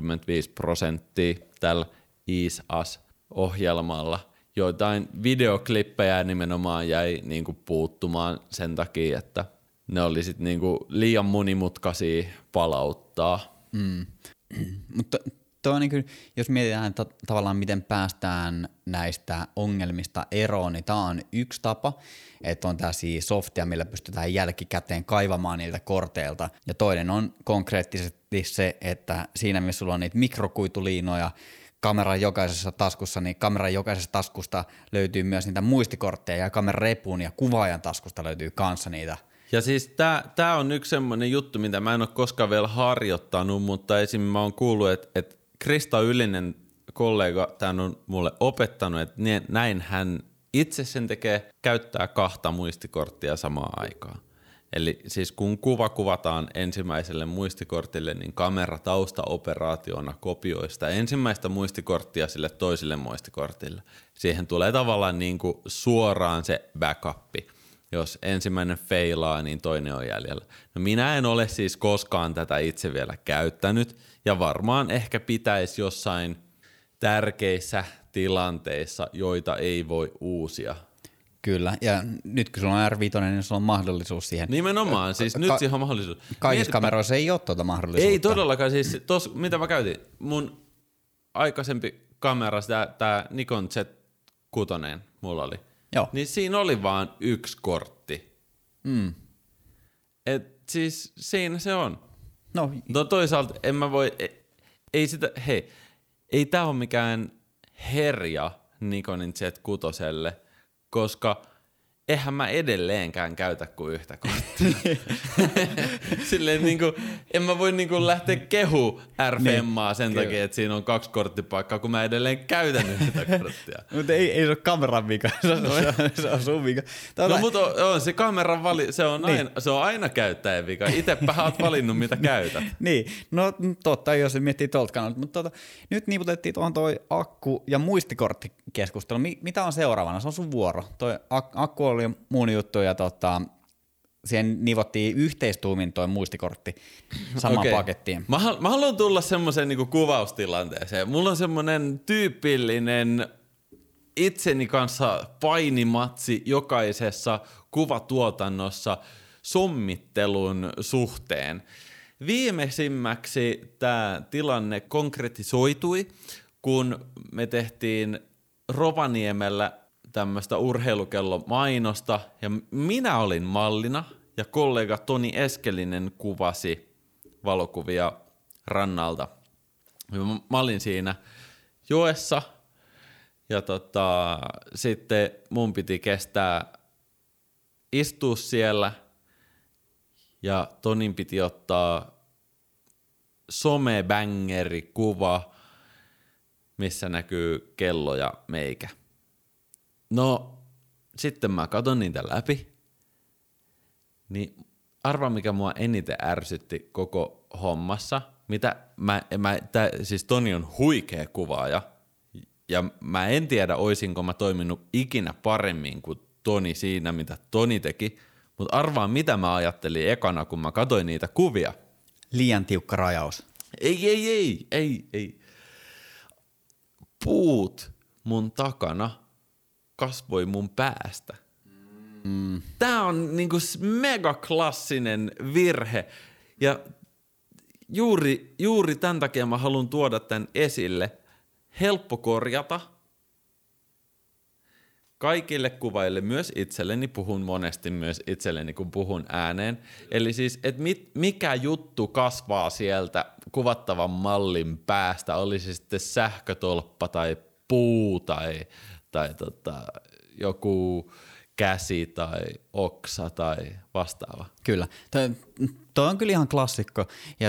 B: tällä EaseUS-ohjelmalla. Joitain videoklippejä nimenomaan jäi niinku puuttumaan sen takia, että ne oli sit niinku liian monimutkaisia palauttaa.
A: Mutta tuo niinku, jos mietitään tavallaan miten päästään näistä ongelmista eroon, niin tämä on yksi tapa, että on tällaisia softia, millä pystytään jälkikäteen kaivamaan niiltä korteilta. Ja toinen on konkreettisesti se, että siinä missä sulla on niitä mikrokuituliinoja kameran jokaisessa taskussa, niin kameran jokaisesta taskusta löytyy myös niitä muistikortteja ja kameran repun ja kuvaajan taskusta löytyy kanssa niitä.
B: Ja siis tää on yksi semmoinen juttu, mitä mä en ole koskaan vielä harjoittanut, mutta esimerkiksi mä oon kuullut, että Krista Ylinen kollega tämän on mulle opettanut, että näin hän itse sen tekee, käyttää 2 muistikorttia samaan aikaan. Eli siis kun kuvataan ensimmäiselle muistikortille, niin kamera taustaoperaationa kopioi sitä ensimmäistä muistikorttia sille toiselle muistikortille. Siihen tulee tavallaan niin kuin suoraan se backup. Jos ensimmäinen feilaa, niin toinen on jäljellä. No minä en ole siis koskaan tätä itse vielä käyttänyt, ja varmaan ehkä pitäisi jossain tärkeissä tilanteissa, joita ei voi uusia.
A: Kyllä, ja nyt kun sulla on R5, niin sulla on mahdollisuus siihen.
B: Nimenomaan, siis nyt siihen on mahdollisuus.
A: Kaikissa kameroissa ei ole tuota mahdollisuutta.
B: Ei todellakaan, siis mitä mä käytin, mun aikaisempi kamera, tää Nikon Z6 mulla oli.
A: Joo.
B: Niin siinä oli vaan 1 kortti. Et siis siinä se on. No toisaalta en mä voi, ei tää ole mikään herja Nikonin Z6, koska eihän mä edelleenkään käytä kuin yhtä korttia. Silleen niinku, en mä voi niinku lähteä kehu RFMaa sen takia, että siinä on 2 korttipaikkaa, kun mä edelleen käytän yhtä korttia.
A: Mutta ei se ole kameran vika, se on sun vika.
B: No mutta on se kameran se on aina käyttäjän vika. Itepä oot valinnut, mitä käytät.
A: Niin, no totta, jos se miettii tuolta kannalta. Mutta nyt niputettiin tuohon toi akku- ja muistikorttikeskustelu. Mitä on seuraavana? Se on sun vuoro. Toi akku oli mun juttu ja siihen nivottiin yhteistuumin toi muistikortti samaan pakettiin.
B: Mä haluan tulla semmoiseen niinku kuvaustilanteeseen. Mulla on semmoinen tyypillinen itseni kanssa painimatsi jokaisessa kuvatuotannossa sommittelun suhteen. Viimeisimmäksi tämä tilanne konkretisoitui, kun me tehtiin Rovaniemellä tämmöistä urheilukellomainosta ja minä olin mallina ja kollega Toni Eskelinen kuvasi valokuvia rannalta. Mä olin siinä joessa ja sitten mun piti kestää istua siellä ja Tonin piti ottaa somebängeri-kuva, missä näkyy kello ja meikä. No, sitten mä katon niitä läpi, niin arvaa mikä mua eniten ärsytti koko hommassa, siis Toni on huikea kuvaaja, ja mä en tiedä oisinko mä toiminut ikinä paremmin kuin Toni siinä, mitä Toni teki, mutta arvaa mitä mä ajattelin ekana, kun mä katsoin niitä kuvia.
A: Liian tiukka rajaus.
B: Ei. Puut mun takana kasvoi mun päästä. Tää on niinku mega klassinen virhe ja juuri tämän takia mä haluan tuoda tän esille. Helppo korjata. Kaikille kuvaille, myös itselleni, puhun monesti myös itselleni, kun puhun ääneen. Eli siis, että mikä juttu kasvaa sieltä kuvattavan mallin päästä, oli se sitten sähkötolppa tai puu tai joku käsi tai oksa tai vastaava.
A: Kyllä. Toi on kyllä ihan klassikko. Ja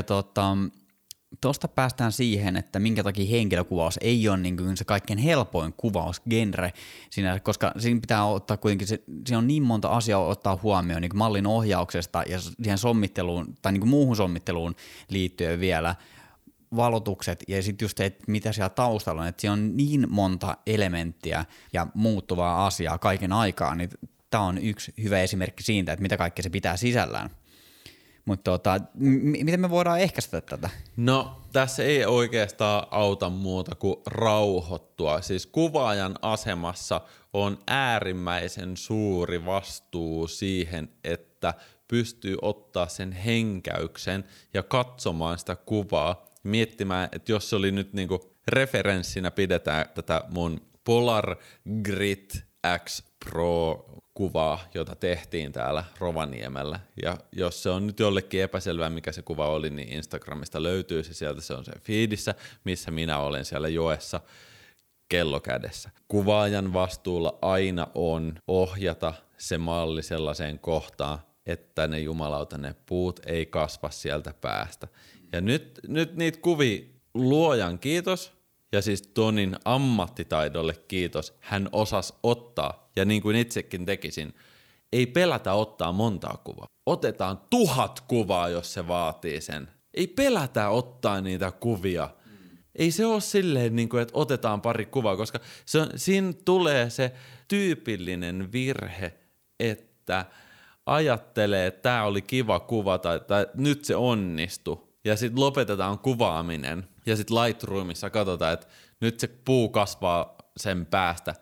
A: tuosta päästään siihen, että minkä takia henkilökuvaus ei ole niin kuin se kaikkein helpoin kuvausgenre, koska siinä pitää ottaa kuitenkin, siinä on niin monta asiaa ottaa huomioon niin kuin mallin ohjauksesta ja siihen sommitteluun tai niin kuin muuhun sommitteluun liittyen vielä valotukset ja sitten just se, että mitä siellä taustalla on, että siinä on niin monta elementtiä ja muuttuvaa asiaa kaiken aikaa, niin tämä on yksi hyvä esimerkki siitä, että mitä kaikkea se pitää sisällään. Mutta miten me voidaan ehkäistä tätä?
B: No, tässä ei oikeastaan auta muuta kuin rauhoittua. Siis kuvaajan asemassa on äärimmäisen suuri vastuu siihen, että pystyy ottaa sen henkäyksen ja katsomaan sitä kuvaa, miettimään, että jos se oli nyt niinku referenssinä pidetään tätä mun Polar Grit X Pro kuvaa, jota tehtiin täällä Rovaniemellä. Ja jos se on nyt jollekin epäselvää, mikä se kuva oli, niin Instagramista löytyy se sieltä. Se on se feedissä, missä minä olen siellä joessa kello kädessä. Kuvaajan vastuulla aina on ohjata se malli sellaiseen kohtaan, että ne jumalauta, ne puut ei kasva sieltä päästä. Ja nyt niitä kuvia luojan kiitos, ja siis Tonin ammattitaidolle kiitos, hän osasi ottaa, ja niin kuin itsekin tekisin, ei pelätä ottaa montaa kuvaa. Otetaan 1000 kuvaa, jos se vaatii sen. Ei pelätä ottaa niitä kuvia. Ei se ole silleen, että otetaan pari kuvaa, koska siinä tulee se tyypillinen virhe, että ajattelee, että tämä oli kiva kuva tai nyt se onnistui. Ja sitten lopetetaan kuvaaminen ja sitten Lightroomissa katsotaan, että nyt se puu kasvaa sen päästä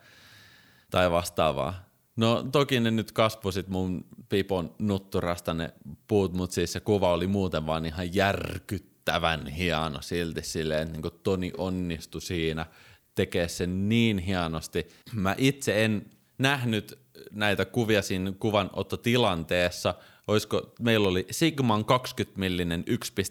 B: tai vastaavaa. No toki ne nyt kasvoi sit mun pipon nutturasta ne puut, mutta siis se kuva oli muuten vaan ihan järkyttävän hieno silti silleen, että niin Toni onnistui siinä tekee sen niin hienosti. Mä itse en nähnyt näitä kuvia siinä kuvanottotilanteessa. Meillä oli Sigman 20-millinen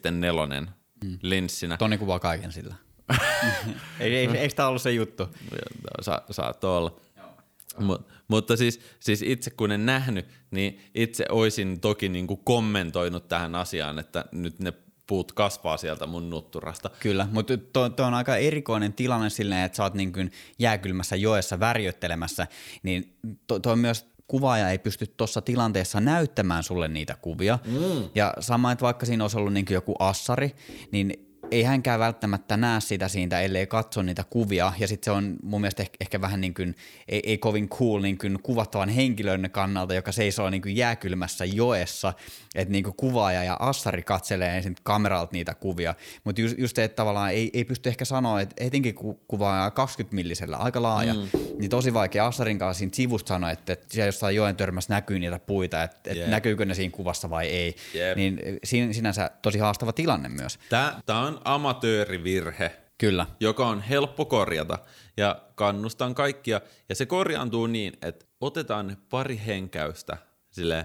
B: 1.4 linssinä.
A: Toni kuvaa kaiken sillä. Eikö tämä ollut se juttu?
B: Saat olla. Mutta siis itse kun en nähnyt, niin itse olisin toki niinku kommentoinut tähän asiaan, että nyt ne puut kasvaa sieltä mun nutturasta.
A: Kyllä, mutta tuo on aika erikoinen tilanne silleen, että sä oot niin kuin jääkylmässä joessa värjöttelemässä, niin tuo myös kuvaaja ei pysty tuossa tilanteessa näyttämään sulle niitä kuvia. Ja sama, että vaikka siinä olisi ollut niin kuin joku assari, niin ei hänkään välttämättä näe sitä siitä, ellei katso niitä kuvia, ja sitten se on mun mielestä ehkä vähän niin kuin, ei kovin cool niin kuin kuvattavan henkilön kannalta, joka seisoo niin kuin jääkylmässä joessa, että niin kuin kuvaaja ja assari katselee ensin kameralta niitä kuvia, mutta just se, että tavallaan ei pysty ehkä sanoa, että etenkin kun kuvaa 20 millisellä, aika laaja, niin tosi vaikea assarin kanssa siinä sivusta sanoa, että siellä jossain joen törmässä näkyy niitä puita, että näkyykö ne siinä kuvassa vai ei, niin sinänsä tosi haastava tilanne myös.
B: Tämä on amatöörivirhe,
A: kyllä,
B: joka on helppo korjata ja kannustan kaikkia. Ja se korjaantuu niin, että otetaan pari henkäystä silleen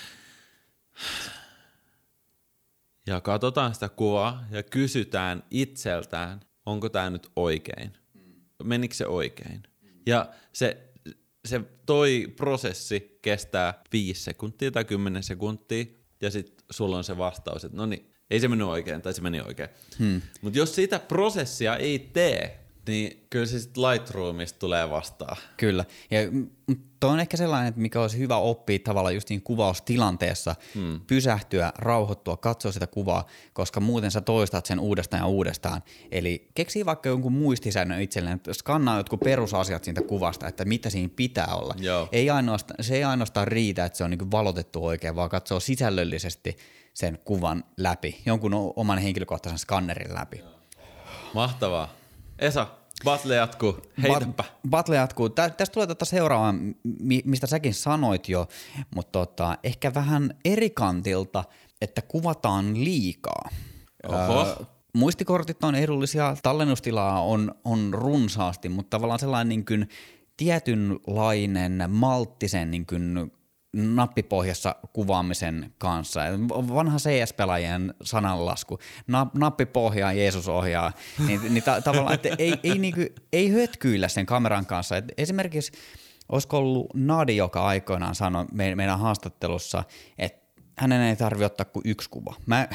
B: ja katsotaan sitä kuvaa ja kysytään itseltään, onko tämä nyt oikein? Menikö se oikein? Ja se toi prosessi kestää 5 sekuntia tai 10 sekuntia ja sitten sulla on se vastaus, että no niin, ei se mennyt oikein tai se meni oikein. Mutta jos sitä prosessia ei tee, niin kyllä se sitten Lightroomista tulee vastaan.
A: Kyllä. Ja tuo on ehkä sellainen, että mikä olisi hyvä oppia tavallaan just niin kuvaustilanteessa, pysähtyä, rauhoittua, katsoa sitä kuvaa, koska muuten sä toistat sen uudestaan ja uudestaan. Eli keksii vaikka jonkun muistisäännön itselleen, että skannaa jotkut perusasiat siitä kuvasta, että mitä siinä pitää olla. Se ei ainoastaan riitä, että se on niin valotettu oikein, vaan katsoo sisällöllisesti sen kuvan läpi, jonkun oman henkilökohtaisen skannerin läpi.
B: Mahtavaa. Esa, battle jatkuu. Heitäpä.
A: Battle jatkuu. Tästä tulee seuraava, mistä säkin sanoit jo, mutta ehkä vähän eri kantilta, että kuvataan liikaa. Muistikortit on edullisia, tallennustilaa on runsaasti, mutta tavallaan sellainen niin kuin tietynlainen malttisen niin kuin nappipohjassa kuvaamisen kanssa. Vanha CS-pelaajien sananlasku. Nappipohjaa, Jeesus ohjaa. Niin tavallaan, että ei hötkyillä sen kameran kanssa. Et esimerkiksi olisiko ollut Nadi, joka aikoinaan sanoi meidän haastattelussa, että hänen ei tarvitse ottaa kuin 1 kuva.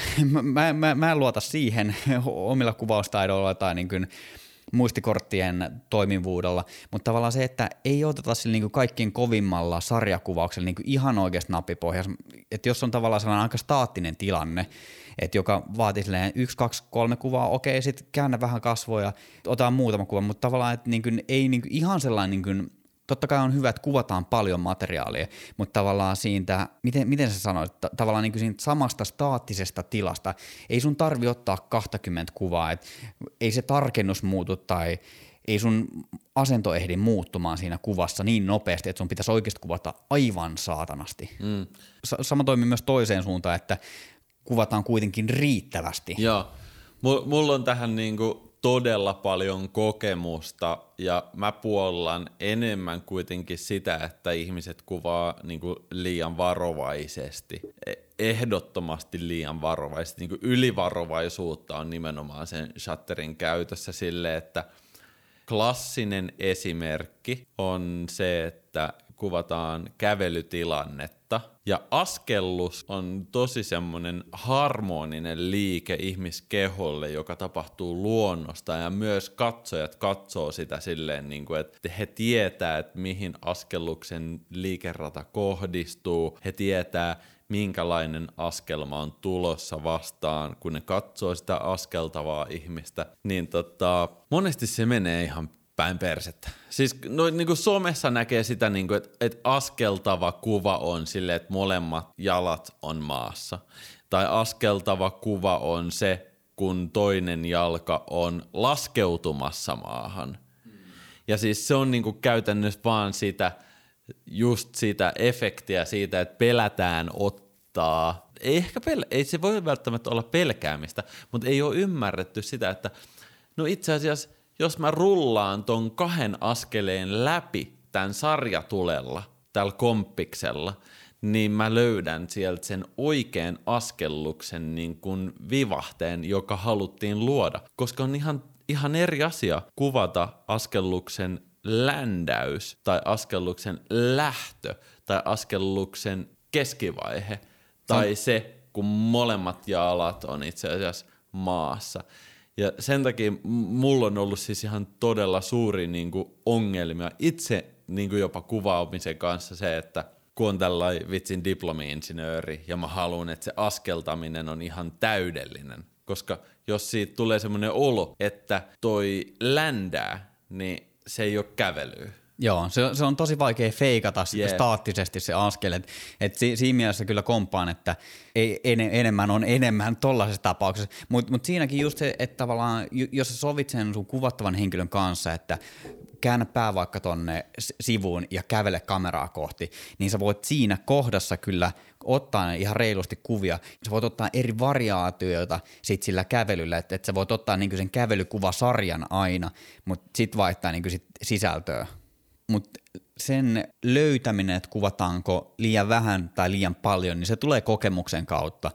A: Mä en luota siihen omilla kuvaustaidoilla tai niin kuin muistikorttien toimivuudella, mutta tavallaan se, että ei oteta sillä niin kaikkien kovimmalla sarjakuvauksella niin ihan oikeasti nappipohjassa, että jos on tavallaan sellainen aika staattinen tilanne, että joka vaatii silleen 1, 2, 3 kuvaa, okei, sitten käännä vähän kasvoja, otetaan muutama kuva, mutta tavallaan, että niin kuin, ei niin kuin ihan sellainen, niin kuin, totta kai on hyvä, että kuvataan paljon materiaalia, mutta tavallaan siitä, miten sä sanoit, tavallaan niin kuin siitä samasta staattisesta tilasta, ei sun tarvi ottaa 20 kuvaa, että ei se tarkennus muutu tai ei sun asento ehdi muuttumaan siinä kuvassa niin nopeasti, että sun pitäisi oikeasti kuvata aivan saatanasti. Sama toimii myös toiseen suuntaan, että kuvataan kuitenkin riittävästi.
B: Joo, mulla on tähän niinku todella paljon kokemusta ja mä puollan enemmän kuitenkin sitä, että ihmiset kuvaa niinku liian varovaisesti. Ehdottomasti liian varovaisesti. Niinku ylivarovaisuutta on nimenomaan sen shutterin käytössä sille, että klassinen esimerkki on se, että kuvataan kävelytilannetta ja askellus on tosi semmoinen harmoninen liike ihmiskeholle, joka tapahtuu luonnosta ja myös katsojat katsoo sitä silleen, niin kuin, että he tietää, että mihin askelluksen liikerata kohdistuu, he tietää, minkälainen askelma on tulossa vastaan, kun ne katsoo sitä askeltavaa ihmistä, niin monesti se menee ihan päin persettä. Siis niin kuin somessa näkee sitä, niin kuin, että askeltava kuva on silleen, että molemmat jalat on maassa. Tai askeltava kuva on se, kun toinen jalka on laskeutumassa maahan. Ja siis se on niin kuin käytännössä vaan sitä, just sitä efektiä siitä, että pelätään ottaa. Ei se voi välttämättä olla pelkäämistä, mutta ei ole ymmärretty sitä, että no itse asiassa jos mä rullaan ton 2 askeleen läpi tämän sarjatulella, tällä komppiksella, niin mä löydän sieltä sen oikean askelluksen niin kuin vivahteen, joka haluttiin luoda. Koska on ihan eri asia kuvata askelluksen ländäys tai askelluksen lähtö tai askelluksen keskivaihe tai se, kun molemmat jalat on itse asiassa maassa. Ja sen takia mulla on ollut siis ihan todella suuri niinku ongelmia itse niinku jopa kuvaamisen kanssa se, että kun on tällainen vitsin diplomi-insinööri ja mä haluan, että se askeltaminen on ihan täydellinen. Koska jos siitä tulee semmoinen olo, että toi ländää, niin se ei ole kävelyä.
A: Joo, se on tosi vaikea feikata staattisesti se askel. Et siinä mielessä kyllä komppaan, että enemmän on enemmän tollaisessa tapauksessa. Mutta siinäkin just se, että tavallaan, jos sä sovit sen sun kuvattavan henkilön kanssa, että käännä pää vaikka tonne sivuun ja kävele kameraa kohti, niin sä voit siinä kohdassa kyllä ottaa ihan reilusti kuvia. Sä voit ottaa eri variaatioita sit sillä kävelyllä, että sä voit ottaa niinku sen kävelykuvasarjan aina, mutta sit vaihtaa niinku sit sisältöä. Mutta sen löytäminen, että kuvataanko liian vähän tai liian paljon, niin se tulee kokemuksen kautta.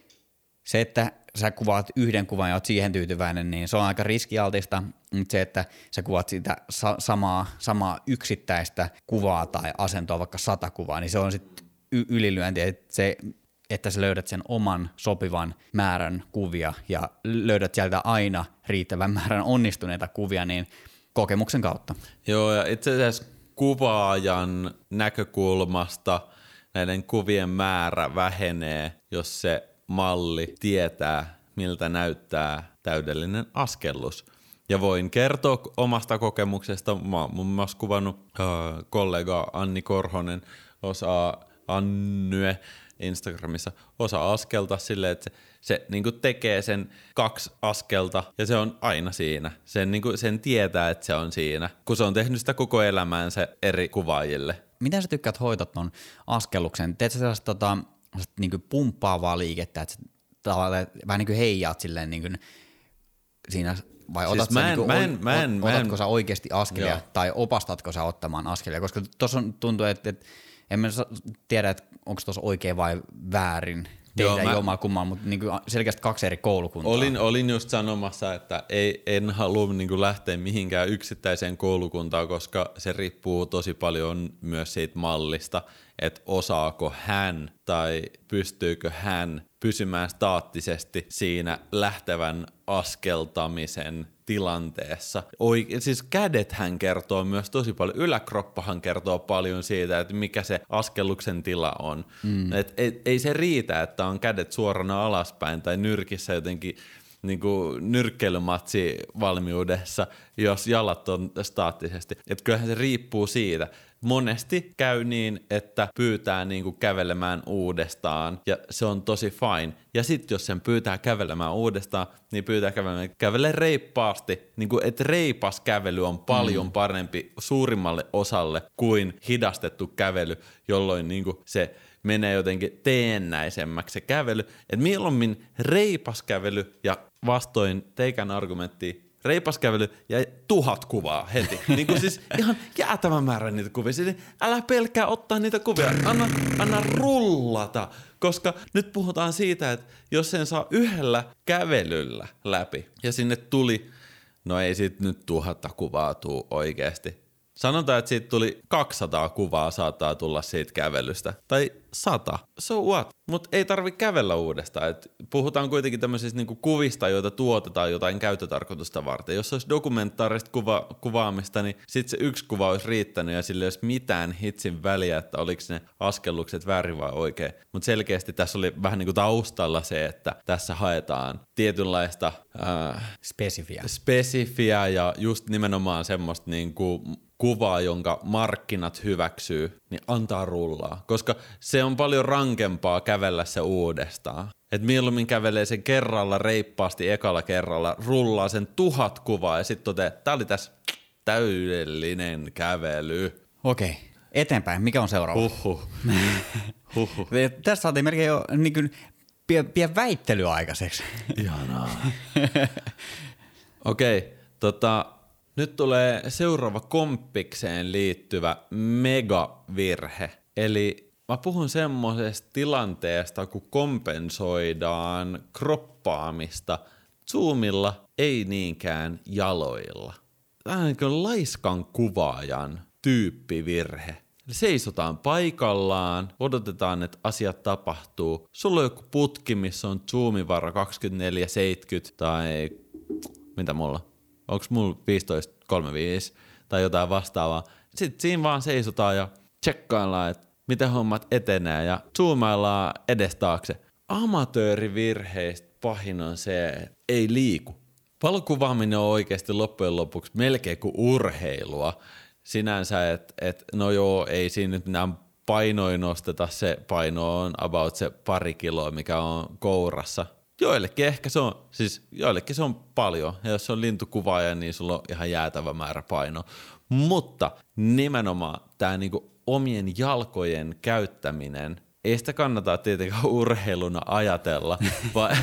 A: Se, että sä kuvaat yhden kuvan ja oot siihen tyytyväinen, niin se on aika riskialtista, mutta se, että sä kuvaat sitä samaa yksittäistä kuvaa tai asentoa, vaikka 100 kuvaa, niin se on sitten ylilyönti, että sä löydät sen oman sopivan määrän kuvia ja löydät sieltä aina riittävän määrän onnistuneita kuvia, niin kokemuksen kautta.
B: Joo, ja itse asiassa kuvaajan näkökulmasta näiden kuvien määrä vähenee, jos se malli tietää, miltä näyttää täydellinen askellus. Ja voin kertoa omasta kokemuksesta. Mä oon muun muassa kuvannut kollega Anni Korhonen osaa Annyä Instagramissa osaa askelta silleen, että se niinku tekee sen 2 askelta ja se on aina siinä. Sen tietää, että se on siinä, kun se on tehnyt sitä koko elämäänsä eri kuvaajille.
A: Miten sä tykkäät hoitaa ton askelluksen? Teet sä sellaista niinku pumppaavaa liikettä, että tavallaan vähän niin kuin heijaat silleen niin kuin siinä, vai siis otatko sä oikeasti askelia tai opastatko sä ottamaan askelia? Koska tuossa tuntuu, että en mä tiedä, että onko tuossa oikein vai väärin tehdä jomalla kummaa, mutta niin selkeästi 2 eri koulukuntaa.
B: Olin just sanomassa, että en halua niin lähteä mihinkään yksittäiseen koulukuntaan, koska se riippuu tosi paljon myös siitä mallista, että osaako hän tai pystyykö hän pysymään staattisesti siinä lähtevän askeltamisen tilanteessa. Siis kädethän kertoo myös tosi paljon, yläkroppahan kertoo paljon siitä, että mikä se askelluksen tila on. Ei se riitä, että on kädet suorana alaspäin tai nyrkissä jotenkin niinku nyrkkeilymatsi valmiudessa, jos jalat on staattisesti. Et kyllähän se riippuu siitä. Monesti käy niin, että pyytää niinku kävelemään uudestaan ja se on tosi fine. Ja sitten jos sen pyytää kävelemään uudestaan, niin pyytää kävelemään reippaasti. Niinku, että reipas kävely on paljon parempi suurimmalle osalle kuin hidastettu kävely, jolloin niinku se menee jotenkin teennäisemmäksi se kävely. Et mieluummin reipas kävely ja vastoin teikän argumenttia, reipas kävely ja 1000 kuvaa heti. Niin kuin siis ihan jäätävän määrän niitä kuvia. Siis älä pelkää ottaa niitä kuvia. Anna rullata. Koska nyt puhutaan siitä, että jos sen saa yhdellä kävelyllä läpi ja sinne tuli, no ei sit nyt 1000 kuvaa tuu oikeasti. Sanotaan, että siitä tuli 200 kuvaa saattaa tulla siitä kävelystä. Tai 100. So what? Mutta ei tarvi kävellä uudestaan. Et puhutaan kuitenkin tämmöisistä niinku kuvista, joita tuotetaan jotain käyttötarkoitusta varten. Jos olisi dokumentaarista kuvaamista, niin sitten se 1 kuva olisi riittänyt ja sillä ei olisi mitään hitsin väliä, että oliko ne askellukset väärin vai oikein. Mutta selkeästi tässä oli vähän niin kuin taustalla se, että tässä haetaan tietynlaista spesifiä ja just nimenomaan semmoista niinku kuvaa, jonka markkinat hyväksyy, niin antaa rullaa. Koska se on paljon rankempaa kävellä se uudestaan. Et mieluummin kävelee sen kerralla reippaasti ekalla kerralla, rullaa sen 1000 kuvaa ja sitten toteaa, että tää oli tässä täydellinen kävely.
A: Okei, eteenpäin. Mikä on seuraava? Tässä saatiin melkein jo niin kuin pian väittely aikaiseksi.
B: Ihanaa. Okei, nyt tulee seuraava komppikseen liittyvä megavirhe. Eli mä puhun semmoisesta tilanteesta, kun kompensoidaan kroppaamista zoomilla, ei niinkään jaloilla. niin kuin laiskan kuvaajan tyyppivirhe. Eli seisotaan paikallaan, odotetaan, että asiat tapahtuu. Sulla on joku putki, missä on zoomivara 2470 tai mitä mulla? Onko mulla 1535 tai jotain vastaavaa? Sitten siinä vaan seisotaan ja tsekkaillaan, että miten hommat etenee ja zoomaillaan edestaakse. Amatöörivirheistä pahin on se, että ei liiku. Valokuvaaminen on oikeasti loppujen lopuksi melkein kuin urheilua. Sinänsä, että no joo, ei siinä nyt mitään painoja nosteta, se paino on about se 2 kiloa, mikä on kourassa. Joillekin ehkä se on, siis joillekin se on paljon, ja jos se on lintukuvaaja, niin sulla on ihan jäätävä määrä painoa. Mutta nimenomaan tämä niinku omien jalkojen käyttäminen, ei sitä kannata tietenkään urheiluna ajatella, vaan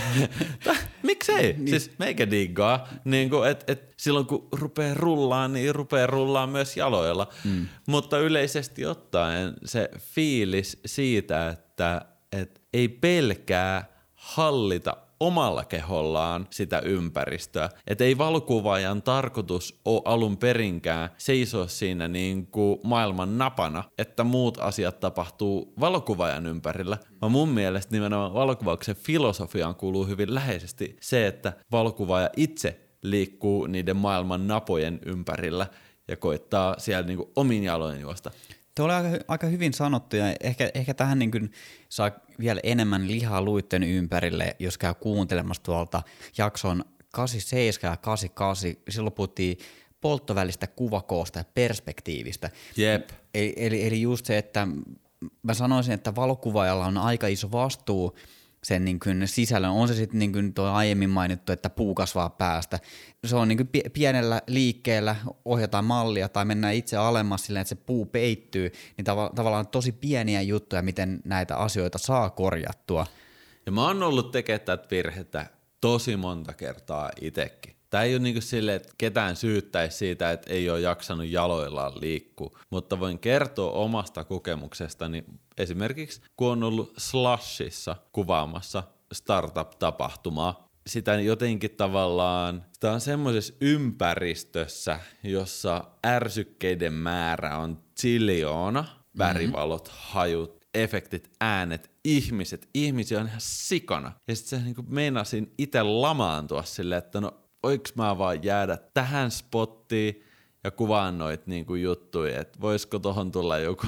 B: miksei? Niin. Siis meikä diggaa, niin että silloin kun rupeaa rullaan, niin rupeaa rullaan myös jaloilla. Mutta yleisesti ottaen se fiilis siitä, että ei pelkää hallita omalla kehollaan sitä ympäristöä. Että ei valokuvaajan tarkoitus ole alun perinkään seisoa siinä niin kuin maailman napana, että muut asiat tapahtuu valokuvaajan ympärillä. Vaan mun mielestä nimenomaan valokuvauksen filosofiaan kuuluu hyvin läheisesti se, että valokuvaaja itse liikkuu niiden maailman napojen ympärillä ja koittaa siellä niin kuin omin jaloin juosta.
A: Tuo oli aika hyvin sanottu ja ehkä tähän niin kuin saa vielä enemmän lihaa luitten ympärille, jos käy kuuntelemassa tuolta jakson 87 ja 88. Silloin puhuttiin polttovälistä kuvakoosta ja perspektiivistä.
B: Jep.
A: Eli just se, että mä sanoisin, että valokuvaajalla on aika iso vastuu sen niin kuin sisällön. On se sitten niin kuin tuo aiemmin mainittu, että puu kasvaa päästä. Se on niin kuin pienellä liikkeellä ohjataan mallia tai mennään itse alemmas silleen, että se puu peittyy, niin tavallaan tosi pieniä juttuja, miten näitä asioita saa korjattua.
B: Ja mä oon ollut tekemään tätä virhettä tosi monta kertaa itsekin. Tää ei ole niinku silleen, että ketään syyttäisi siitä, että ei ole jaksanut jaloillaan liikkua, mutta voin kertoa omasta kokemuksestani. Esimerkiksi kun on ollut Slushissa kuvaamassa startup-tapahtumaa, sitä jotenkin tavallaan, sitä on semmoisessa ympäristössä, jossa ärsykkeiden määrä on ziljoona, värivalot, hajut, efektit, äänet, ihmisiä on ihan sikana. Ja sitten se niin meinasin itse lamaantua silleen, että no voinko mä vaan jäädä tähän spottiin ja kuvaan noit niinku juttuja, että voisiko tohon tulla joku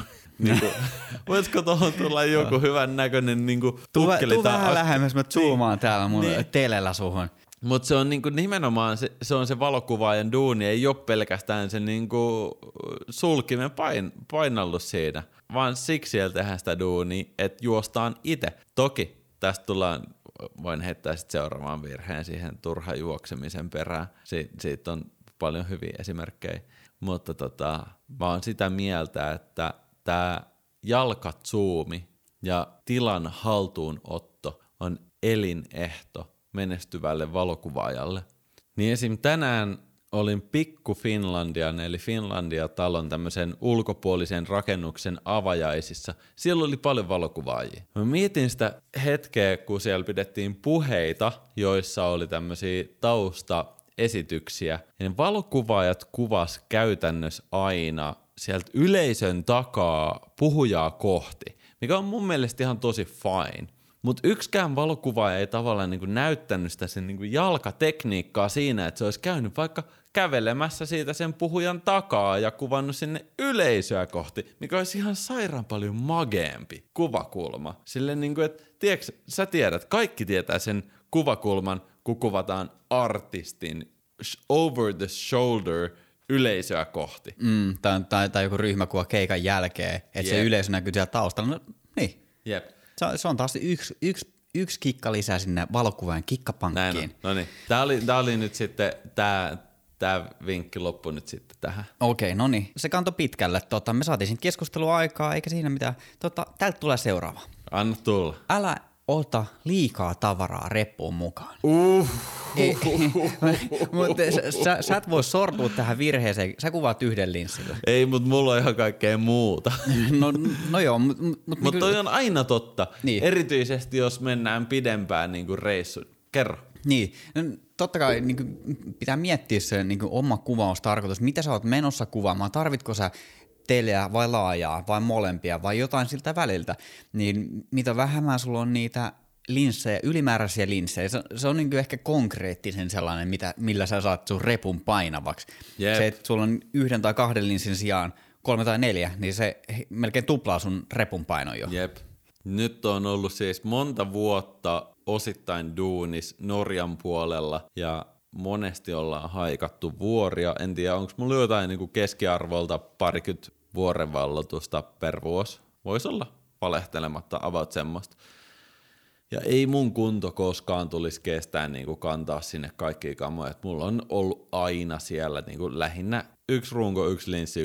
B: hyvän näköinen niinku tukkeli.
A: Tuu vähän lähemmäs, mä zoomaan täällä mun telellä suhun.
B: Mutta se on niinku nimenomaan se on se valokuvaajan duuni, ei ole pelkästään se niinku sulkimen painallus siinä, vaan siksi siellä tehdään sitä duunia, että juostaan itse. Toki tästä voin heittää sitten seuraavaan virheen siihen turhan juoksemisen perään. Siitä on paljon hyviä esimerkkejä, mutta mä oon sitä mieltä, että tämä jalkazoomi ja tilan haltuunotto on elinehto menestyvälle valokuvaajalle. Niin esim. Tänään olin Pikku Finlandian eli Finlandia-talon tämmöisen ulkopuolisen rakennuksen avajaisissa. Siellä oli paljon valokuvaajia. Mä mietin sitä hetkeä, kun siellä pidettiin puheita, joissa oli tämmöisiä taustaesityksiä. Ja ne valokuvaajat kuvas käytännössä aina sieltä yleisön takaa puhujaa kohti, mikä on mun mielestä ihan tosi fine. Mutta yksikään valokuvaaja ei tavallaan niinku näyttänyt sitä sen niinku jalkatekniikkaa siinä, että se olisi käynyt vaikka kävelemässä siitä sen puhujan takaa ja kuvannut sinne yleisöä kohti, mikä olisi ihan sairaan paljon mageempi kuvakulma. Silleen niinku, että sä tiedät, kaikki tietää sen kuvakulman, kun kuvataan artistin over the shoulder yleisöä kohti.
A: Tai joku ryhmäkuva keikan jälkeen, että se yleisö näkyy siellä taustalla. No niin.
B: Jep.
A: Se on taas yksi kikka lisää sinne valokuvaajan kikkapankkiin.
B: Näin on. No niin. Tää oli nyt sitten, tää vinkki loppui nyt sitten tähän.
A: Okei, no niin. Se kantoi pitkälle. Me saatiin siitä keskustelua aikaa, eikä siinä mitään. Täältä tulee seuraava.
B: Anna tulla.
A: Älä ota liikaa tavaraa reppuun mukaan. Mutta sä et voi sortua tähän virheeseen. Sä kuvaat yhden linssillä.
B: Ei, mutta mulla on ihan kaikkea muuta.
A: No joo.
B: Mutta toi on aina totta. Niin. Erityisesti jos mennään pidempään niin kuin reissuun. Kerro.
A: Niin, no, totta kai niin kuin, pitää miettiä se niin kuin, oma kuvaustarkoitus. Mitä sä oot menossa kuvaamaan? Tarvitko sä teleä vai laajaa vai molempia vai jotain siltä väliltä? Niin mitä vähemmän sulla on niitä linssejä, ylimääräisiä linssejä, se on niin kuin ehkä konkreettisen sellainen, millä sä saat sun repun painavaksi.
B: Jep.
A: Se, että sulla on 1 tai 2 linssin sijaan 3 tai 4, niin se melkein tuplaa sun repun painon jo.
B: Jep. Nyt on ollut siis monta vuotta osittain duunis Norjan puolella ja monesti ollaan haikattu vuoria. En tiedä, onko mulla jotain niin kuin keskiarvolta 20 vuorenvallotusta per vuosi. Voisi olla valehtelematta about semmoista. Ja ei mun kunto koskaan tulisi kestää niin kuin kantaa sinne kaikkia kamoja. Et mulla on ollut aina siellä niin kuin lähinnä 1 runko, 1 linssi,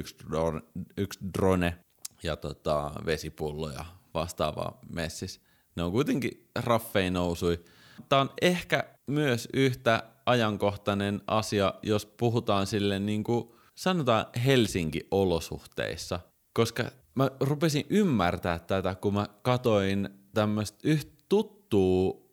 B: 1 drone ja vesipullo ja vastaavaa messis. Ne on kuitenkin raffei nousui. Tää on ehkä myös yhtä ajankohtainen asia, jos puhutaan sille niin kuin sanotaan Helsinki-olosuhteissa. Koska mä rupesin ymmärtää tätä, kun mä katoin tämmöistä tuttua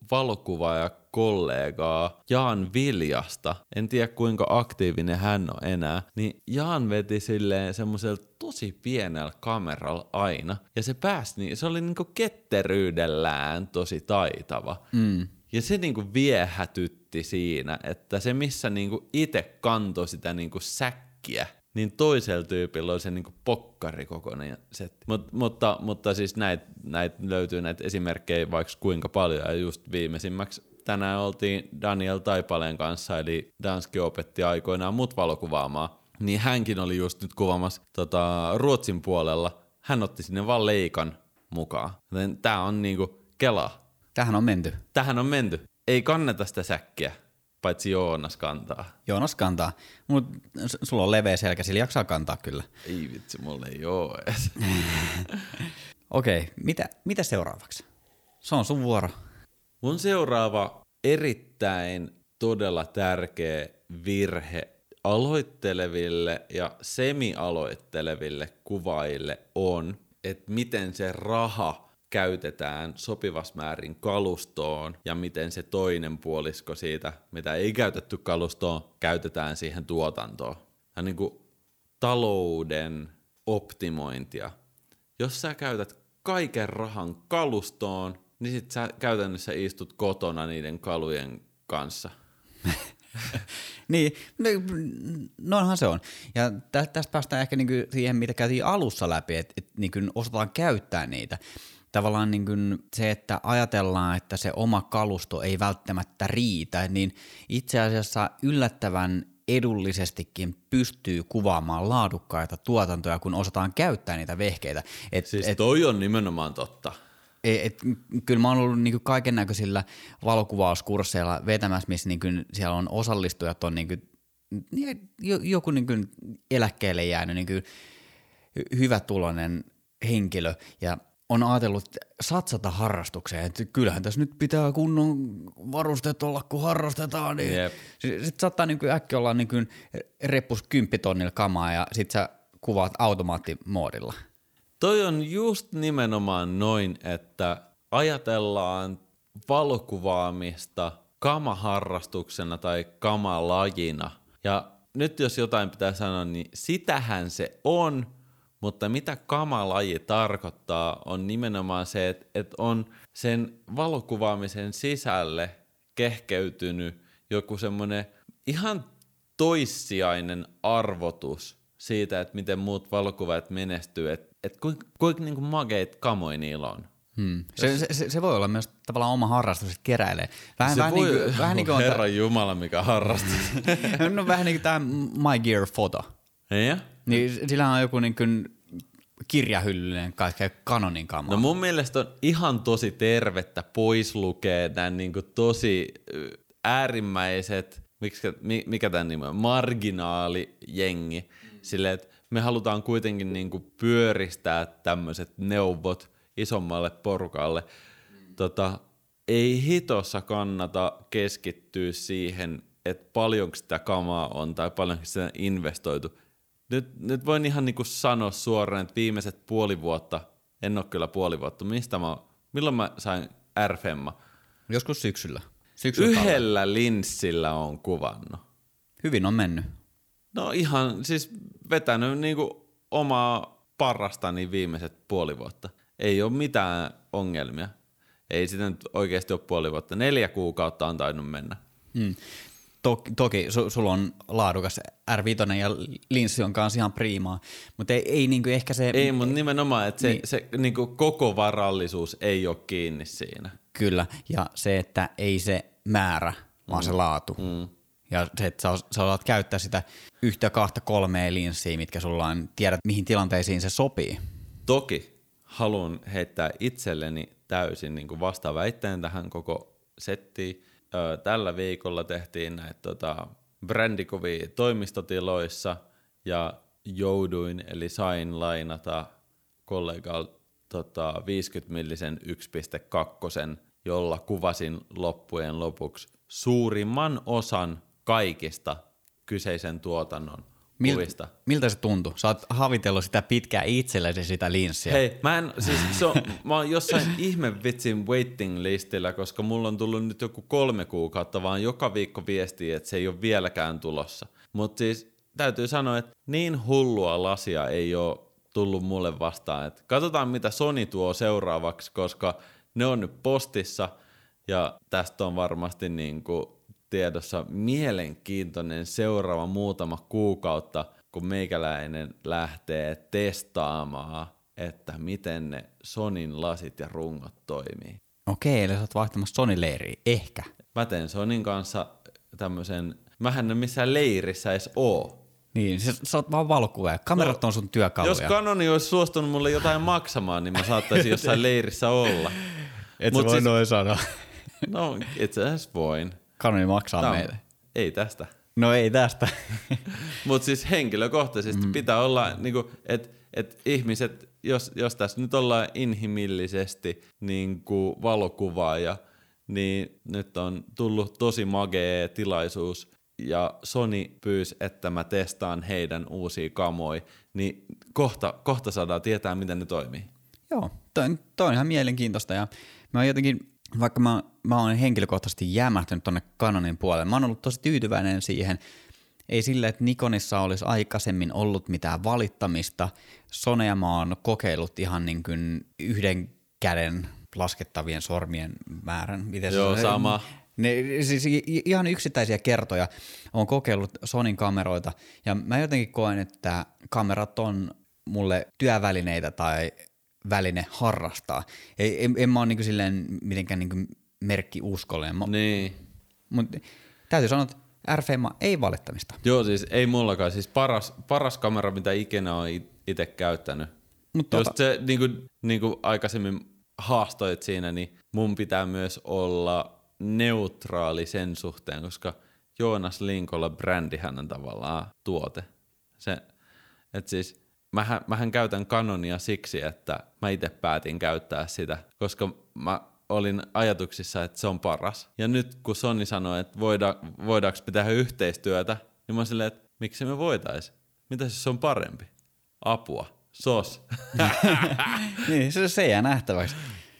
B: valokuvaajakollegaa Jaan Viljasta. En tiedä kuinka aktiivinen hän on enää. Niin Jaan veti silleen semmoisella tosi pienellä kameralla aina. Ja se pääsi niin, se oli niinku ketteryydellään tosi taitava. Ja se niinku viehätytti siinä, että se missä niinku itse kantoi sitä niinku säkkiä, niin toisella tyypillä oli se niinku pokkarikokoinen setti. Mutta siis näitä löytyy näitä esimerkkejä vaikka kuinka paljon. Ja just viimeisimmäksi tänään oltiin Daniel Taipaleen kanssa, eli Danski opetti aikoinaan mut valokuvaamaan. Niin hänkin oli just nyt kuvaamassa Ruotsin puolella. Hän otti sinne vaan leikan mukaan. Tää on niinku kelaa.
A: Tähän on menty.
B: Tähän on menty. Ei kanneta sitä säkkiä, paitsi Joonas kantaa.
A: Joonas kantaa, mutta sulla on leveä selkä, sillä jaksaa kantaa kyllä.
B: Ei vitsi, mulla ei oo edes.
A: Okei, mitä seuraavaksi? Se on sun vuoro.
B: Mun seuraava erittäin todella tärkeä virhe aloitteleville ja semi-aloitteleville kuvaajille on, että miten se raha käytetään sopivassa määrin kalustoon ja miten se toinen puolisko siitä, mitä ei käytetty kalustoon, käytetään siihen tuotantoon. Ja niin kuin talouden optimointia. Jos sä käytät kaiken rahan kalustoon, niin sit sä käytännössä istut kotona niiden kalujen kanssa.
A: Niin, noinhan se on. Ja tästä päästään ehkä niinku siihen, mitä käytiin alussa läpi, että niinku osataan käyttää niitä. Tavallaan niin kuin se, että ajatellaan, että se oma kalusto ei välttämättä riitä, niin itse asiassa yllättävän edullisestikin pystyy kuvaamaan laadukkaita tuotantoja, kun osataan käyttää niitä vehkeitä.
B: Toi on nimenomaan totta.
A: Kyllä mä oon ollut niin kuin kaiken näköisillä valokuvauskursseilla vetämässä, missä niin kuin siellä on osallistujat on niin kuin, joku niin kuin eläkkeelle jäänyt niin kuin hyvätuloinen henkilö ja on ajatellut satsata harrastukseen, että kyllähän tässä nyt pitää kunnon varusteet olla, kun harrastetaan. Niin sitten saattaa niin kuin äkkiä olla niin kuin reppus 10 tonnilla kamaa ja sitten sä kuvaat automaattimoodilla.
B: Toi on just nimenomaan noin, että ajatellaan valokuvaamista kamaharrastuksena tai kamalajina. Ja nyt jos jotain pitää sanoa, niin sitähän se on, mutta mitä kamalaji tarkoittaa on nimenomaan se, että on sen valokuvaamisen sisälle kehkeytynyt joku semmoinen ihan toissijainen arvotus siitä, että miten muut valokuvaajat menestyy, että kuinka niin mageita kamoja niillä on.
A: Se voi olla myös tavallaan oma harrastus, että keräilee.
B: Vähän niin kuin Herran Jumala, mikä harrastus.
A: No vähän niin kuin tämä My Gear Photo.
B: Ja?
A: Niin sillä on joku niin kuin kirjahyllyinen kaikkea Canonin kamaa.
B: No mun mielestä on ihan tosi tervettä pois lukea tämän niin kuin tosi äärimmäiset, mikä tämän nimi on, marginaalijengi. Silleen, että me halutaan kuitenkin niin kuin pyöristää tämmöiset neuvot isommalle porukalle. Ei hitossa kannata keskittyä siihen, että paljonko sitä kamaa on tai paljonko sitä investoitu. Nyt voin ihan niin kuin sanoa suoraan, että viimeiset puoli vuotta, en ole kyllä puoli vuotta, milloin mä sain R-Femma?
A: Joskus syksyllä.
B: Yhdellä linssillä on kuvannut.
A: Hyvin on mennyt.
B: No ihan siis vetänyt niinku omaa parrastani viimeiset puoli vuotta. Ei ole mitään ongelmia. Ei sitä nyt oikeasti ole puoli vuotta. 4 kuukautta on tainnut mennä.
A: Toki sulla on laadukas R5 ja linssi on kanssa ihan priimaa, mutta ei niinku ehkä se...
B: Ei, mutta nimenomaan, että se niinku koko varallisuus ei ole kiinni siinä.
A: Kyllä, ja se, että ei se määrä, vaan se laatu. Ja se, että sä saat käyttää sitä 1, 2, 3 linssiä, mitkä sulla on, tiedät mihin tilanteisiin se sopii.
B: Toki haluan heittää itselleni täysin niin kuin vastaväitteen tähän koko settiin. Tällä viikolla tehtiin näitä brändikuvia toimistotiloissa ja jouduin, eli sain lainata kollegalta 50-millisen 1.2, jolla kuvasin loppujen lopuksi suurimman osan kaikista kyseisen tuotannon kuvista.
A: Miltä se tuntui? Sä oot havitellut sitä pitkään itsellesi sitä linssiä.
B: Hei, mä oon jossain ihme vitsin waiting listillä, koska mulla on tullut nyt joku 3 kuukautta, vaan joka viikko viestii, että se ei ole vieläkään tulossa. Mutta siis täytyy sanoa, että niin hullua lasia ei ole tullut mulle vastaan. Et katsotaan, mitä Sony tuo seuraavaksi, koska ne on nyt postissa ja tästä on varmasti niinku tiedossa mielenkiintoinen seuraava muutama kuukautta, kun meikäläinen lähtee testaamaan, että miten ne Sonyn lasit ja rungot toimii.
A: Okei, eli sä oot vaihtamassa Sony-leiriä, ehkä.
B: Mä teen Sonyn kanssa tämmöisen, mähän en missään leirissä edes oo.
A: Niin, sä oot vaan valokuvaaja. Kamerat on sun työkaluja.
B: Jos Canoni olisi suostunut mulle jotain maksamaan, niin mä saattaisin jossain leirissä olla.
A: Et sä voi noin sanoa.
B: No, itse asiassa voin.
A: Canoni maksaa meille.
B: Ei tästä.
A: No ei tästä.
B: Mutta siis henkilökohtaisesti pitää olla, niinku, että ihmiset, jos tässä nyt ollaan inhimillisesti niinku valokuvaaja, niin nyt on tullut tosi magee tilaisuus ja Sony pyysi, että mä testaan heidän uusia kamoja, niin kohta saadaan tietää, miten ne toimii.
A: Joo, toi on ihan mielenkiintoista ja mä oon jotenkin, vaikka mä oon henkilökohtaisesti jämähtänyt tonne Canonin puolelle, mä oon ollut tosi tyytyväinen siihen. Ei sille, että Nikonissa olisi aikaisemmin ollut mitään valittamista. Soneja mä oon kokeillut ihan niin kuin yhden käden laskettavien sormien määrän.
B: Joo, sama.
A: Siis ihan yksittäisiä kertoja oon kokeillut Sonyn kameroita ja mä jotenkin koen, että kamerat on mulle työvälineitä tai väline harrastaa. En mä ole niinku silleen mitenkään niinku merkkiuskollinen.
B: Niin.
A: Mutta täytyy sanoa, että R-Femma ei valittamista.
B: Joo, siis ei mullakaan. Siis paras kamera, mitä ikinä on itse käyttänyt. Jos se niin kuin aikaisemmin haastoit siinä, niin mun pitää myös olla neutraali sen suhteen, koska Joonas Linkolla brändihän on tavallaan tuote. Että siis mähän käytän Canonia siksi, että mä itse päätin käyttää sitä, koska mä olin ajatuksissa, että se on paras. Ja nyt kun Sony sanoi, että voidaanko me tehdä yhteistyötä, niin mä oon silleen, että miksi me voitais? Mitä se on parempi? Apua. SOS.
A: Niin, se jää nähtäväksi.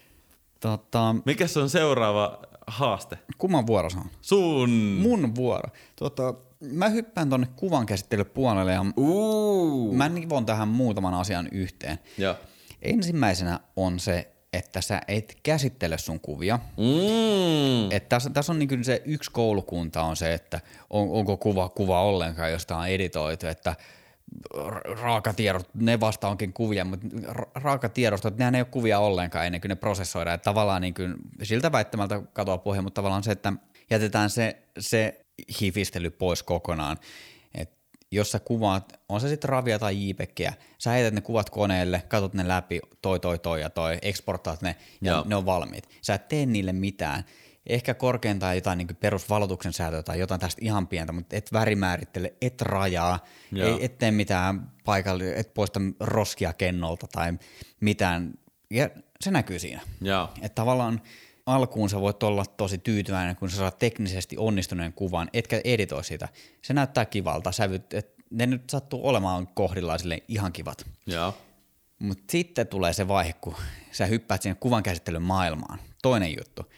B: Mikäs on seuraava haaste?
A: Kumman vuoro se on?
B: Sun.
A: Mun vuoro. Mä hyppään tonne kuvan käsittelypuolelle ja mä nivon tähän muutaman asian yhteen.
B: Ja.
A: Ensimmäisenä on se, että sä et käsittele sun kuvia. Että tässä on niin se yksi koulukunta on se, että onko kuva ollenkaan, josta on editoitu, että raakatiedot, ne vasta onkin kuvia, mutta raakatiedostot, nehän ei ole kuvia ollenkaan ennen kuin ne prosessoidaan. Että tavallaan niin kuin, siltä väittämältä katoaa pohja, mutta tavallaan se, että jätetään se hifistely pois kokonaan. Et jos sä kuvaat, on se sitten ravia tai JPEGiä, sä heität ne kuvat koneelle, katot ne läpi, toi ja toi, eksportaat ne ja ne on valmiit. Sä et tee niille mitään. Ehkä korkeintaan jotain niin perusvalotuksen säätöä tai jotain tästä ihan pientä, mutta et värimäärittele, et rajaa, et tee mitään paikallista, et poista roskia kennolta tai mitään. Ja se näkyy siinä. Että tavallaan alkuun sä voit olla tosi tyytyväinen, kun sä saat teknisesti onnistuneen kuvan, etkä editoi sitä. Se näyttää kivalta, sävyt, että ne nyt sattuu olemaan kohdillaan silleen ihan kivat. Mutta sitten tulee se vaihe, kun sä hyppäät sinne kuvan käsittelyn maailmaan. Toinen juttu.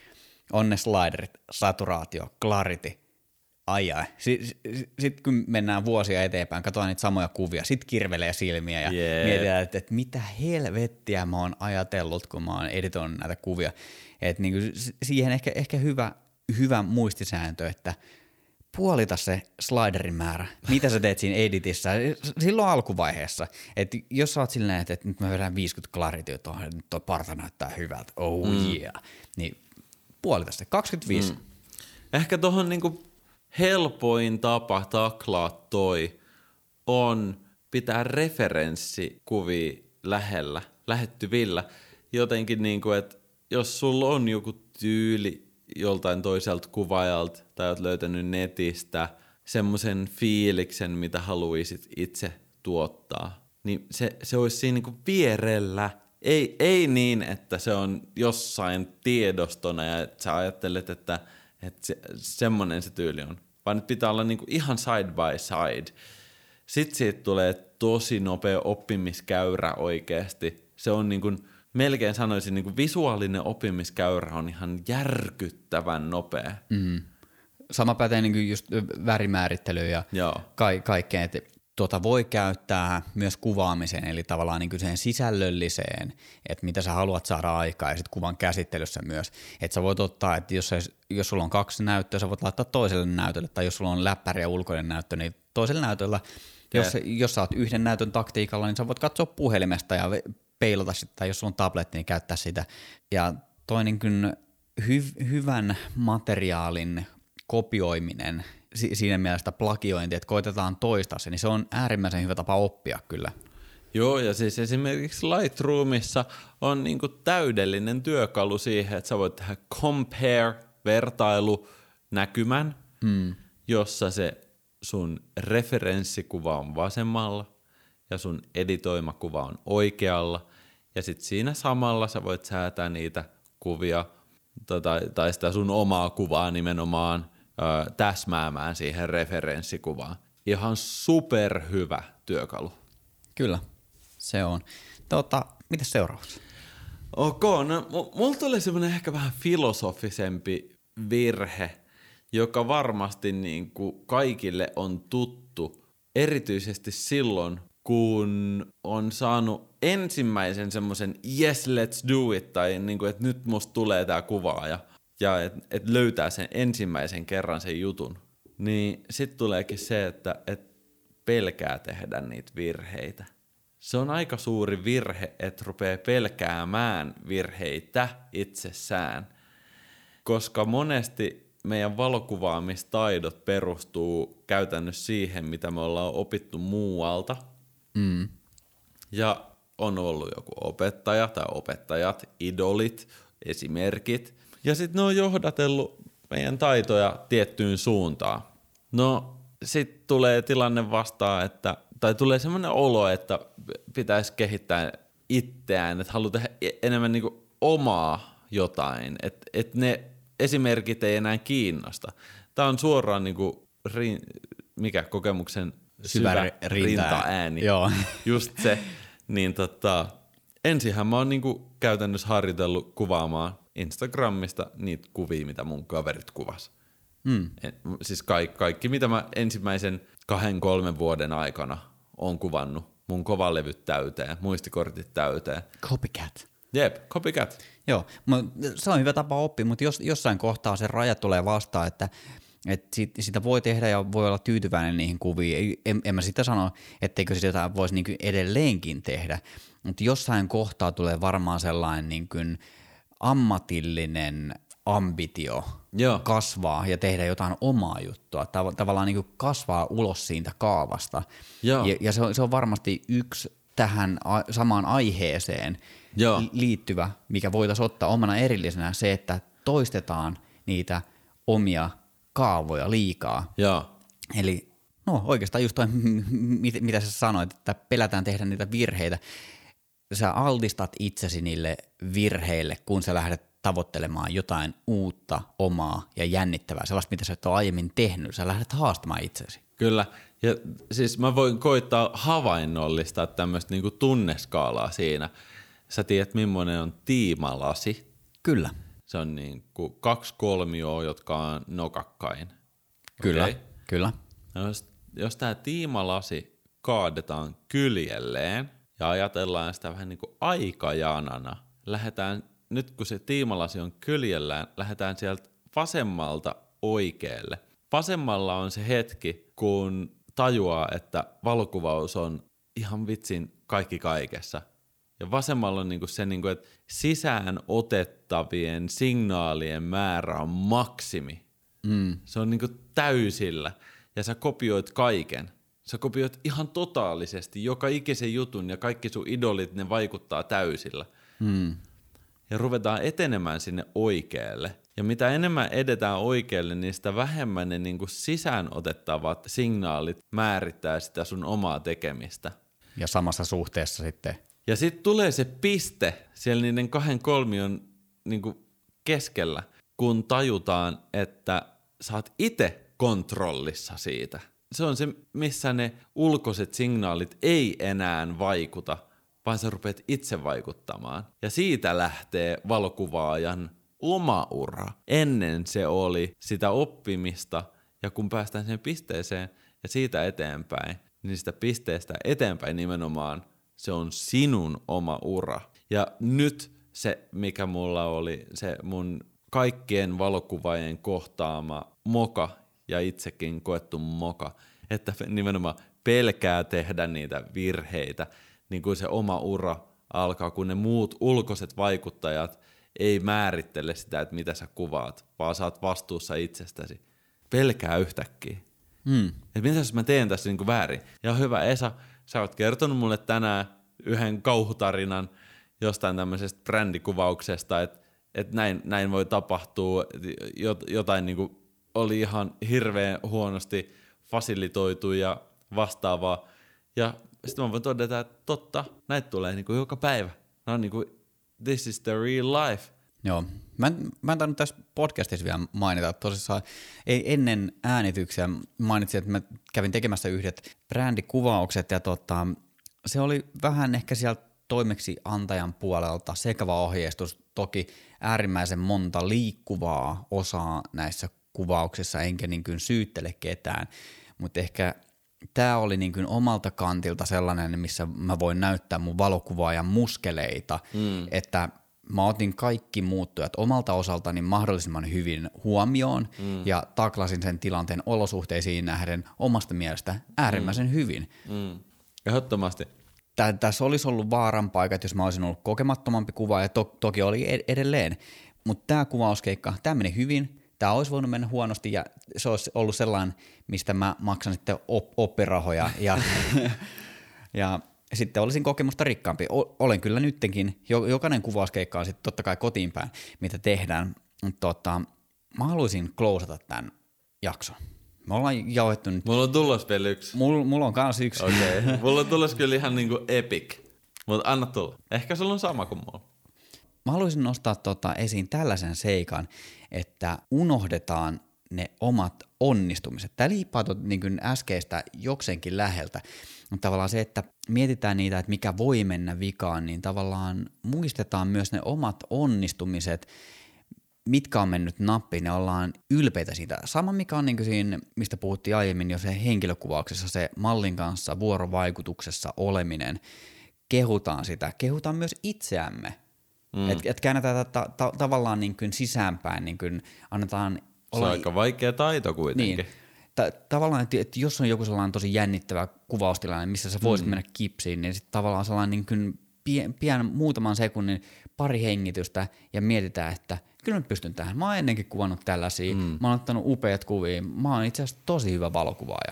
A: on ne sliderit, saturaatio, clarity, ai. Sitten kun mennään vuosia eteenpäin, katsotaan niitä samoja kuvia, sit kirvelee silmiä ja mietitään, että mitä helvettiä mä oon ajatellut, kun mä oon editoinut näitä kuvia. Että niinku siihen ehkä hyvä muistisääntö, että puolita se sliderin määrä, mitä sä teet siinä editissä, silloin alkuvaiheessa. Että jos sä oot silleen, että nyt mä vedän 50 clarity tuohon, nyt toi parta näyttää hyvältä, yeah, niin puolita se, 25.
B: Ehkä tuohon niinku helpoin tapa taklaa toi on pitää referenssikuvia lähettyvillä. Jotenkin niinku, että jos sulla on joku tyyli joltain toiselta kuvaajalta tai oot löytänyt netistä semmoisen fiiliksen, mitä haluaisit itse tuottaa, niin se olisi siinä niinku vierellä. Ei niin, että se on jossain tiedostona ja että sä ajattelet, että semmoinen se tyyli on, vaan pitää olla niinku ihan side by side. Sitten siitä tulee tosi nopea oppimiskäyrä oikeasti. Se on niinku, melkein sanoisin, niinku visuaalinen oppimiskäyrä on ihan järkyttävän nopea.
A: Sama pätee niinku just värimäärittelyyn ja kaikkeen, että voi käyttää myös kuvaamiseen, eli tavallaan niin kuin siihen sisällölliseen, että mitä sä haluat saada aikaa, ja sitten kuvan käsittelyssä myös. Että sä voit ottaa, että jos sulla on 2 näyttöä, sä voit laittaa toiselle näytölle, tai jos sulla on läppäri ja ulkoinen näyttö, niin toiselle näytöllä, jos sä oot yhden näytön taktiikalla, niin sä voit katsoa puhelimesta ja peilata sitä, tai jos sulla on tabletti, niin käyttää sitä. Ja toi niin kuin hyvän materiaalin kopioiminen, siinä mielessä plagiointi, että koitetaan toistaa se, niin se on äärimmäisen hyvä tapa oppia kyllä.
B: Joo, ja siis esimerkiksi Lightroomissa on niinku täydellinen työkalu siihen, että sä voit tehdä compare-vertailunäkymän, jossa se sun referenssikuva on vasemmalla ja sun editoima kuva on oikealla, ja sitten siinä samalla sä voit säätää niitä kuvia tai sitä sun omaa kuvaa nimenomaan täsmäämään siihen referenssikuvaan. Ihan superhyvä työkalu.
A: Kyllä, se on. Mitäs seuraavaksi?
B: No mulla tuli semmoinen ehkä vähän filosofisempi virhe, joka varmasti niin kuin kaikille on tuttu, erityisesti silloin, kun on saanut ensimmäisen semmoisen yes, let's do it, tai niin kuin, että nyt musta tulee tää kuvaaja, ja että löytää sen ensimmäisen kerran sen jutun, niin sit tuleekin se, että pelkää tehdä niitä virheitä. Se on aika suuri virhe, että rupeaa pelkäämään virheitä itsessään, koska monesti meidän valokuvaamistaidot perustuu käytännössä siihen, mitä me ollaan opittu muualta. Ja on ollut joku opettaja tai opettajat, idolit, esimerkit. Ja sitten ne on johdatellut meidän taitoja tiettyyn suuntaan. No sitten tulee tilanne vastaan, tai tulee semmoinen olo, että pitäisi kehittää itseään, että haluaa tehdä enemmän niinku omaa jotain, että ne esimerkit ei enää kiinnosta. Tämä on suoraan niinku kokemuksen syvä rintaääni.
A: Joo.
B: Just se. Niin ensinhän mä oon niinku käytännössä harjoitellut kuvaamaan Instagramista niitä kuvia, mitä mun kaverit kuvas. Siis kaikki, mitä mä ensimmäisen 2-3 vuoden aikana oon kuvannut. Mun kovalevyt täyteen, muistikortit täyteen.
A: Copycat.
B: Jep, copycat.
A: Joo, se on hyvä tapa oppia, mutta jossain kohtaa se raja tulee vastaan, että sitä voi tehdä ja voi olla tyytyväinen niihin kuviin. En mä sitä sano, etteikö sitä voisi niin kuin edelleenkin tehdä, mutta jossain kohtaa tulee varmaan sellainen niin kuin ammatillinen ambitio kasvaa ja tehdä jotain omaa juttua, tavallaan niin kuin kasvaa ulos siitä kaavasta. Ja se on varmasti yksi tähän samaan aiheeseen liittyvä, mikä voitaisiin ottaa omana erillisenä, se, että toistetaan niitä omia kaavoja liikaa. Eli oikeastaan just toi, mitä sä sanoit, että pelätään tehdä niitä virheitä. Sä altistat itsesi niille virheille, kun sä lähdet tavoittelemaan jotain uutta, omaa ja jännittävää, sellaista, mitä sä et ole aiemmin tehnyt. Sä lähdet haastamaan itsesi.
B: Kyllä. Ja siis mä voin koittaa havainnollistaa tämmöistä niinku tunneskaalaa siinä. Sä tiedät, millainen on tiimalasi.
A: Kyllä.
B: se on niin kuin 2 kolmioa, jotka on nokakkain.
A: Kyllä,
B: Okay.
A: kyllä.
B: No, jos tämä tiimalasi kaadetaan kyljelleen ja ajatellaan sitä vähän niin kuin aikajanana, nyt kun se tiimalasi on kyljellään, lähdetään sieltä vasemmalta oikealle. Vasemmalla on se hetki, kun tajuaa, että valokuvaus on ihan vitsin kaikki kaikessa. Ja vasemmalla on niinku se, niinku, että sisään otettavien signaalien määrä on maksimi. Se on niinku täysillä. Ja sä kopioit kaiken. Sä kopioit ihan totaalisesti joka ikisen jutun ja kaikki sun idolit, ne vaikuttaa täysillä. Ja ruvetaan etenemään sinne oikealle. Ja mitä enemmän edetään oikealle, niin sitä vähemmän ne niinku sisään otettavat signaalit määrittää sitä sun omaa tekemistä.
A: Ja samassa suhteessa sitten.
B: Ja sitten tulee se piste siellä niiden 2 kolmion niinku keskellä, kun tajutaan, että sä oot itse kontrollissa siitä. Se on se, missä ne ulkoiset signaalit ei enää vaikuta, vaan sä rupeat itse vaikuttamaan. Ja siitä lähtee valokuvaajan oma ura. Ennen se oli sitä oppimista, ja kun päästään sen pisteeseen ja siitä eteenpäin, niin sitä pisteestä eteenpäin nimenomaan se on sinun oma ura. Ja nyt se, mikä mulla oli, se mun kaikkien valokuvaajien kohtaama moka ja itsekin koettu moka, että nimenomaan pelkää tehdä niitä virheitä, niin kuin se oma ura alkaa, kun ne muut ulkoiset vaikuttajat ei määrittele sitä, että mitä sä kuvaat, vaan sä oot vastuussa itsestäsi. Pelkää yhtäkkiä. Että mitä jos mä teen tässä niin kuin väärin? Ja hyvä Esa, sä oot kertonut mulle tänään yhden kauhutarinan jostain tämmöisestä brändikuvauksesta, että näin voi tapahtua, jotain niin kuin oli ihan hirveän huonosti fasilitoitu ja vastaavaa. Ja sitten mä voin todeta, että totta, näitä tulee niin kuin joka päivä. No niin kuin, this is the real life.
A: Joo. Mä en tainnut tässä podcastissa vielä mainita, että tosissaan ei ennen äänityksiä mainitsin, että mä kävin tekemässä yhdet brändikuvaukset ja se oli vähän ehkä sieltä toimeksiantajan puolelta sekava ohjeistus, toki äärimmäisen monta liikkuvaa osaa näissä kuvauksissa, enkä niin kuin syyttele ketään, mutta ehkä tämä oli niin kuin omalta kantilta sellainen, missä mä voin näyttää mun valokuvaajan muskeleita, että mä otin kaikki muuttujat omalta osaltani mahdollisimman hyvin huomioon ja taklasin sen tilanteen olosuhteisiin nähden omasta mielestä äärimmäisen hyvin.
B: Ehdottomasti.
A: Tässä olisi ollut vaaran paikat, jos mä olisin ollut kokemattomampi kuvaaja, toki oli edelleen, mutta tämä kuvauskeikka, tämä meni hyvin, tämä olisi voinut mennä huonosti ja se olisi ollut sellainen, mistä mä maksan sitten oppirahoja ja sitten olisin kokemusta rikkaampi. Olen kyllä nyttenkin, jokainen kuvauskeikka on sitten totta kai kotiin päin, mitä tehdään, mutta mä haluaisin klousata tämän jakson. Me ollaan jauhettu nyt.
B: Mulla on tulos vielä yksi.
A: Mulla on kans yksi.
B: Okei. Mulla on tulos kyllä ihan niinku epic. Mutta anna tulla. Ehkä sulla on sama kuin mulla.
A: Mä haluaisin nostaa esiin tällaisen seikan, että unohdetaan ne omat onnistumiset. Tämä liippaa niin kuin äskeistä jokseenkin läheltä. Mutta tavallaan se, että mietitään niitä, että mikä voi mennä vikaan, niin tavallaan muistetaan myös ne omat onnistumiset, mitkä on mennyt nappiin, ja ollaan ylpeitä siitä. Sama mikä on niin kuin siinä, mistä puhuttiin aiemmin jo se henkilökuvauksessa, se mallin kanssa vuorovaikutuksessa oleminen. Kehutaan sitä, kehutaan myös itseämme. Että käännetään tavallaan niin kuin sisäänpäin, niin kuin annetaan
B: Se on aika vaikea taito kuitenkin.
A: Niin. Tavallaan, että jos on joku sellainen tosi jännittävä kuvaustilanne, missä sä voisit mennä kipsiin, niin sitten tavallaan sellainen niin kuin pian muutaman sekunnin pari hengitystä ja mietitään, että kyllä mä pystyn tähän. Mä oon ennenkin kuvannut tällaisia, mä oon ottanut upeat kuvia, mä oon itse asiassa tosi hyvä valokuvaaja.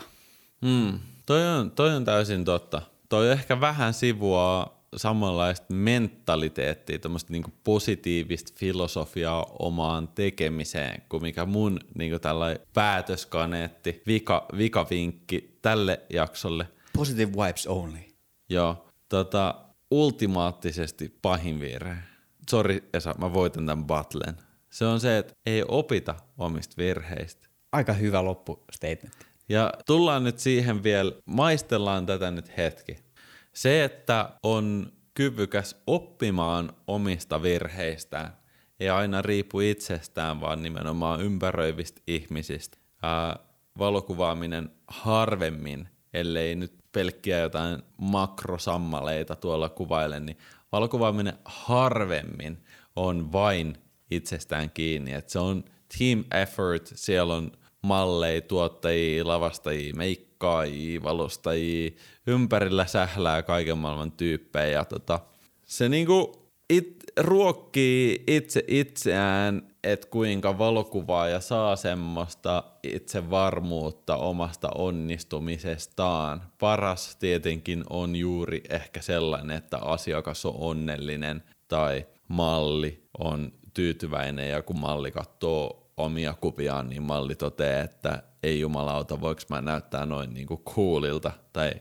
B: Toi on täysin totta. Toi ehkä vähän sivuaa samanlaista mentaliteettia, tämmöistä niinku positiivista filosofiaa omaan tekemiseen, kuin mikä mun niinku tällainen päätöskaneetti, vikavinkki tälle jaksolle.
A: Positive vibes only.
B: Joo, ultimaattisesti pahin virhe. Sori Esa, mä voitan tämän battlen. Se on se, että ei opita omista virheistä.
A: Aika hyvä loppustatement.
B: Ja tullaan nyt siihen vielä, maistellaan tätä nyt hetki. Se, että on kyvykäs oppimaan omista virheistään, ei aina riipu itsestään, vaan nimenomaan ympäröivistä ihmisistä. Valokuvaaminen harvemmin, ellei nyt pelkkiä jotain makrosammaleita tuolla kuvaile, niin valokuvaaminen harvemmin on vain itsestään kiinni. Et se on team effort, siellä on malleja, tuottajia, lavastajia, meikkaajia, valostajia, ympärillä sählää kaiken maailman tyyppejä. Ja se niinku ruokkii itseään, että kuinka valokuvaaja saa semmoista itsevarmuutta omasta onnistumisestaan. Paras tietenkin on juuri ehkä sellainen, että asiakas on onnellinen tai malli on tyytyväinen ja kun malli katsoo omia kuviaan, niin malli toteaa, että ei jumalauta, voiko mä näyttää noin niinku coolilta tai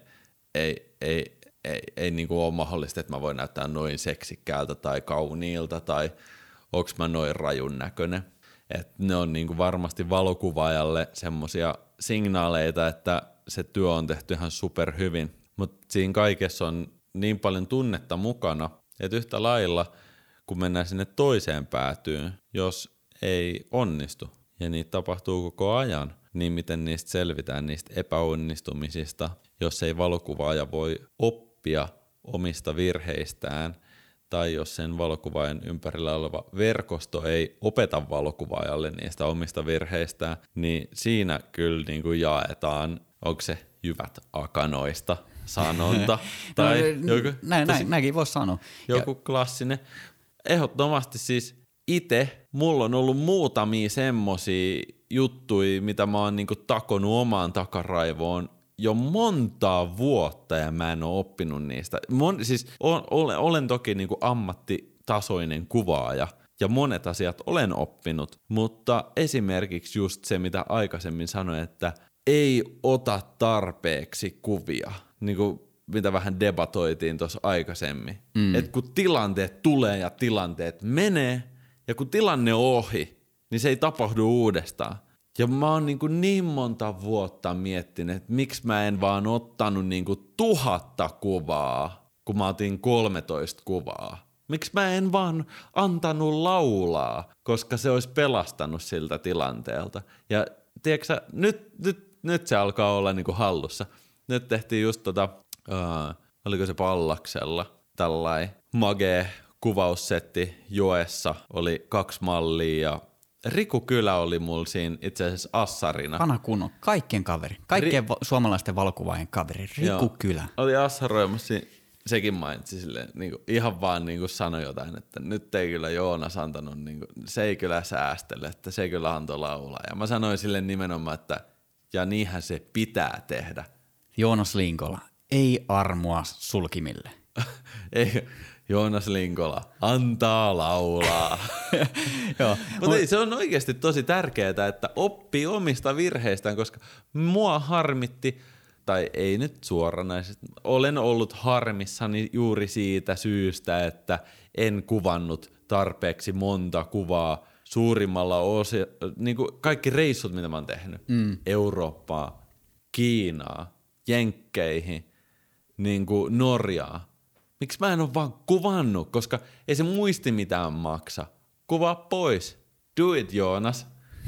B: ei niinku ole mahdollista, että mä voin näyttää noin seksikkäältä tai kauniilta tai onko mä noin rajun näköinen. Et ne on niinku varmasti valokuvaajalle semmosia signaaleita, että se työ on tehty ihan superhyvin. Mutta siinä kaikessa on niin paljon tunnetta mukana, että yhtä lailla kun mennään sinne toiseen päätyyn, jos ei onnistu ja niitä tapahtuu koko ajan, niin miten niistä selvitään niistä epäonnistumisista, jos ei valokuvaaja voi oppia omista virheistään tai jos sen valokuvaajan ympärillä oleva verkosto ei opeta valokuvaajalle niistä omista virheistään, niin siinä kyllä niin kuin jaetaan, onko se jyvät akanoista sanonta tai joku,
A: näinkin voisi sanoa.
B: Joku klassinen. Ehdottomasti siis itse, mulla on ollut muutamia semmosia juttuja, mitä mä oon niinku takonut omaan takaraivoon jo montaa vuotta ja mä en oo oppinut niistä. Olen toki niinku ammattitasoinen kuvaaja ja monet asiat olen oppinut, mutta esimerkiksi just se, mitä aikaisemmin sanoin, että ei ota tarpeeksi kuvia, niinku mitä vähän debatoitiin tuossa aikaisemmin. Että kun tilanteet tulee ja tilanteet menee, ja kun tilanne on ohi, niin se ei tapahdu uudestaan. Ja mä oon niin monta vuotta miettinyt, että miksi mä en vaan ottanut 1000 kuvaa, kun mä otin 13 kuvaa. Miksi mä en vaan antanut laulaa, koska se olisi pelastanut siltä tilanteelta. Ja tiedätkö sä, nyt se alkaa olla hallussa. Nyt tehtiin just oliko se Pallaksella, tällainen magee kuvaussetti joessa, oli 2 mallia ja Riku Kylä oli mulla siinä itse asiassa assarina.
A: Vanha kunnon, kaikkien kaveri, kaikkien suomalaisten valokuvaajien kaveri, Riku Kylä.
B: Oli assaroimassa, sekin mainitsi silleen, ihan vaan sanoi jotain, että nyt ei kyllä Joonas antanut, se ei kyllä säästele, että se kyllä antoi laulaa. Ja mä sanoin sille nimenomaan, että ja niinhän se pitää tehdä. Joonas
A: Linkola, ei armoa sulkimille.
B: Ei, Joonas Linkola, antaa laulaa. Mutta se on oikeasti tosi tärkeää, että oppii omista virheistään, koska mua harmitti, tai ei nyt suoranaisesti, olen ollut harmissani juuri siitä syystä, että en kuvannut tarpeeksi monta kuvaa suurimmalla kaikki reissut, mitä mä oon tehnyt, Eurooppaa, Kiinaa, Jenkkeihin, Norjaa. Miksi mä en ole vaan kuvannut, koska ei se muisti mitään maksa. Kuvaa pois. Do it, Joonas.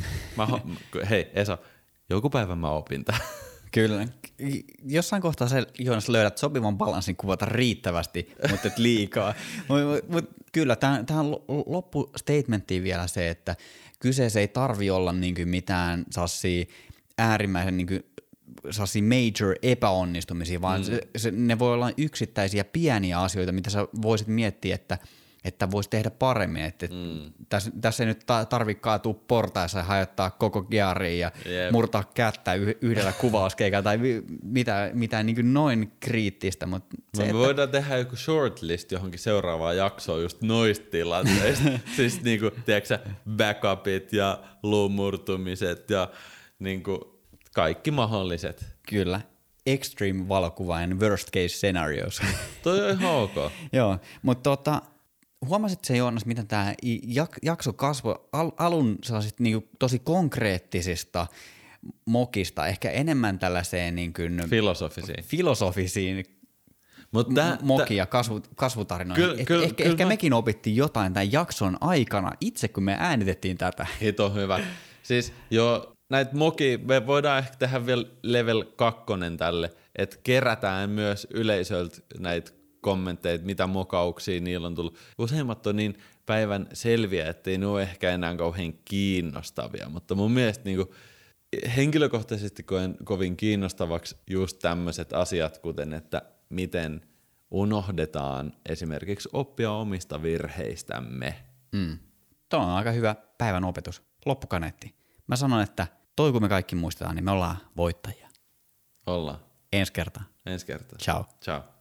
B: Hei, Esa, joku päivä mä opin tämän.
A: Kyllä. Jossain kohtaa sä, Joonas, löydät sopivan balanssin kuvata riittävästi, mutta et liikaa. Mut kyllä, tähän loppustatementtiin vielä se, että kyseessä ei tarvi olla mitään äärimmäisen major epäonnistumisia, vaan ne voi olla yksittäisiä pieniä asioita, mitä sä voisit miettiä, että voisi tehdä paremmin. Tässä ei nyt tarvitse kaatua portaissa ja hajottaa koko geariin ja murtaa kättä yhdellä kuvauskeikalla tai mitään noin kriittistä. Mutta
B: me voidaan tehdä joku shortlist johonkin seuraavaan jaksoon just noista tilanteista. Siis tiedätkö sä, backupit ja luumurtumiset ja kaikki mahdolliset.
A: Kyllä. Extreme valokuvaajan worst case scenarios.
B: Toi on ihan ok.
A: Joo, mutta huomasitko se, Joonas, miten tämä jakso kasvoi alun sellaisista tosi konkreettisista mokista, ehkä enemmän tällaiseen
B: filosofisiin.
A: moki ja kasvutarinoihin. Ehkä mekin opittiin jotain tämän jakson aikana itse, kun me äänitettiin tätä.
B: Hito hyvä. Siis jo näitä me voidaan ehkä tehdä vielä level 2 tälle, että kerätään myös yleisöltä näitä kommentteja, mitä mokauksia niillä on tullut. Useimmat on niin päivän selviä, ettei ne ole ehkä enää kauhean kiinnostavia, mutta mun mielestä niinku henkilökohtaisesti koen kovin kiinnostavaksi just tämmöiset asiat, kuten että miten unohdetaan esimerkiksi oppia omista virheistämme.
A: Tuo on aika hyvä päivän opetus. Loppukaneetti. Mä sanon, että kun me kaikki muistetaan, niin me ollaan voittajia.
B: Ollaan.
A: Ensi kertaa.
B: Ensi kertaa.
A: Ciao.
B: Ciao.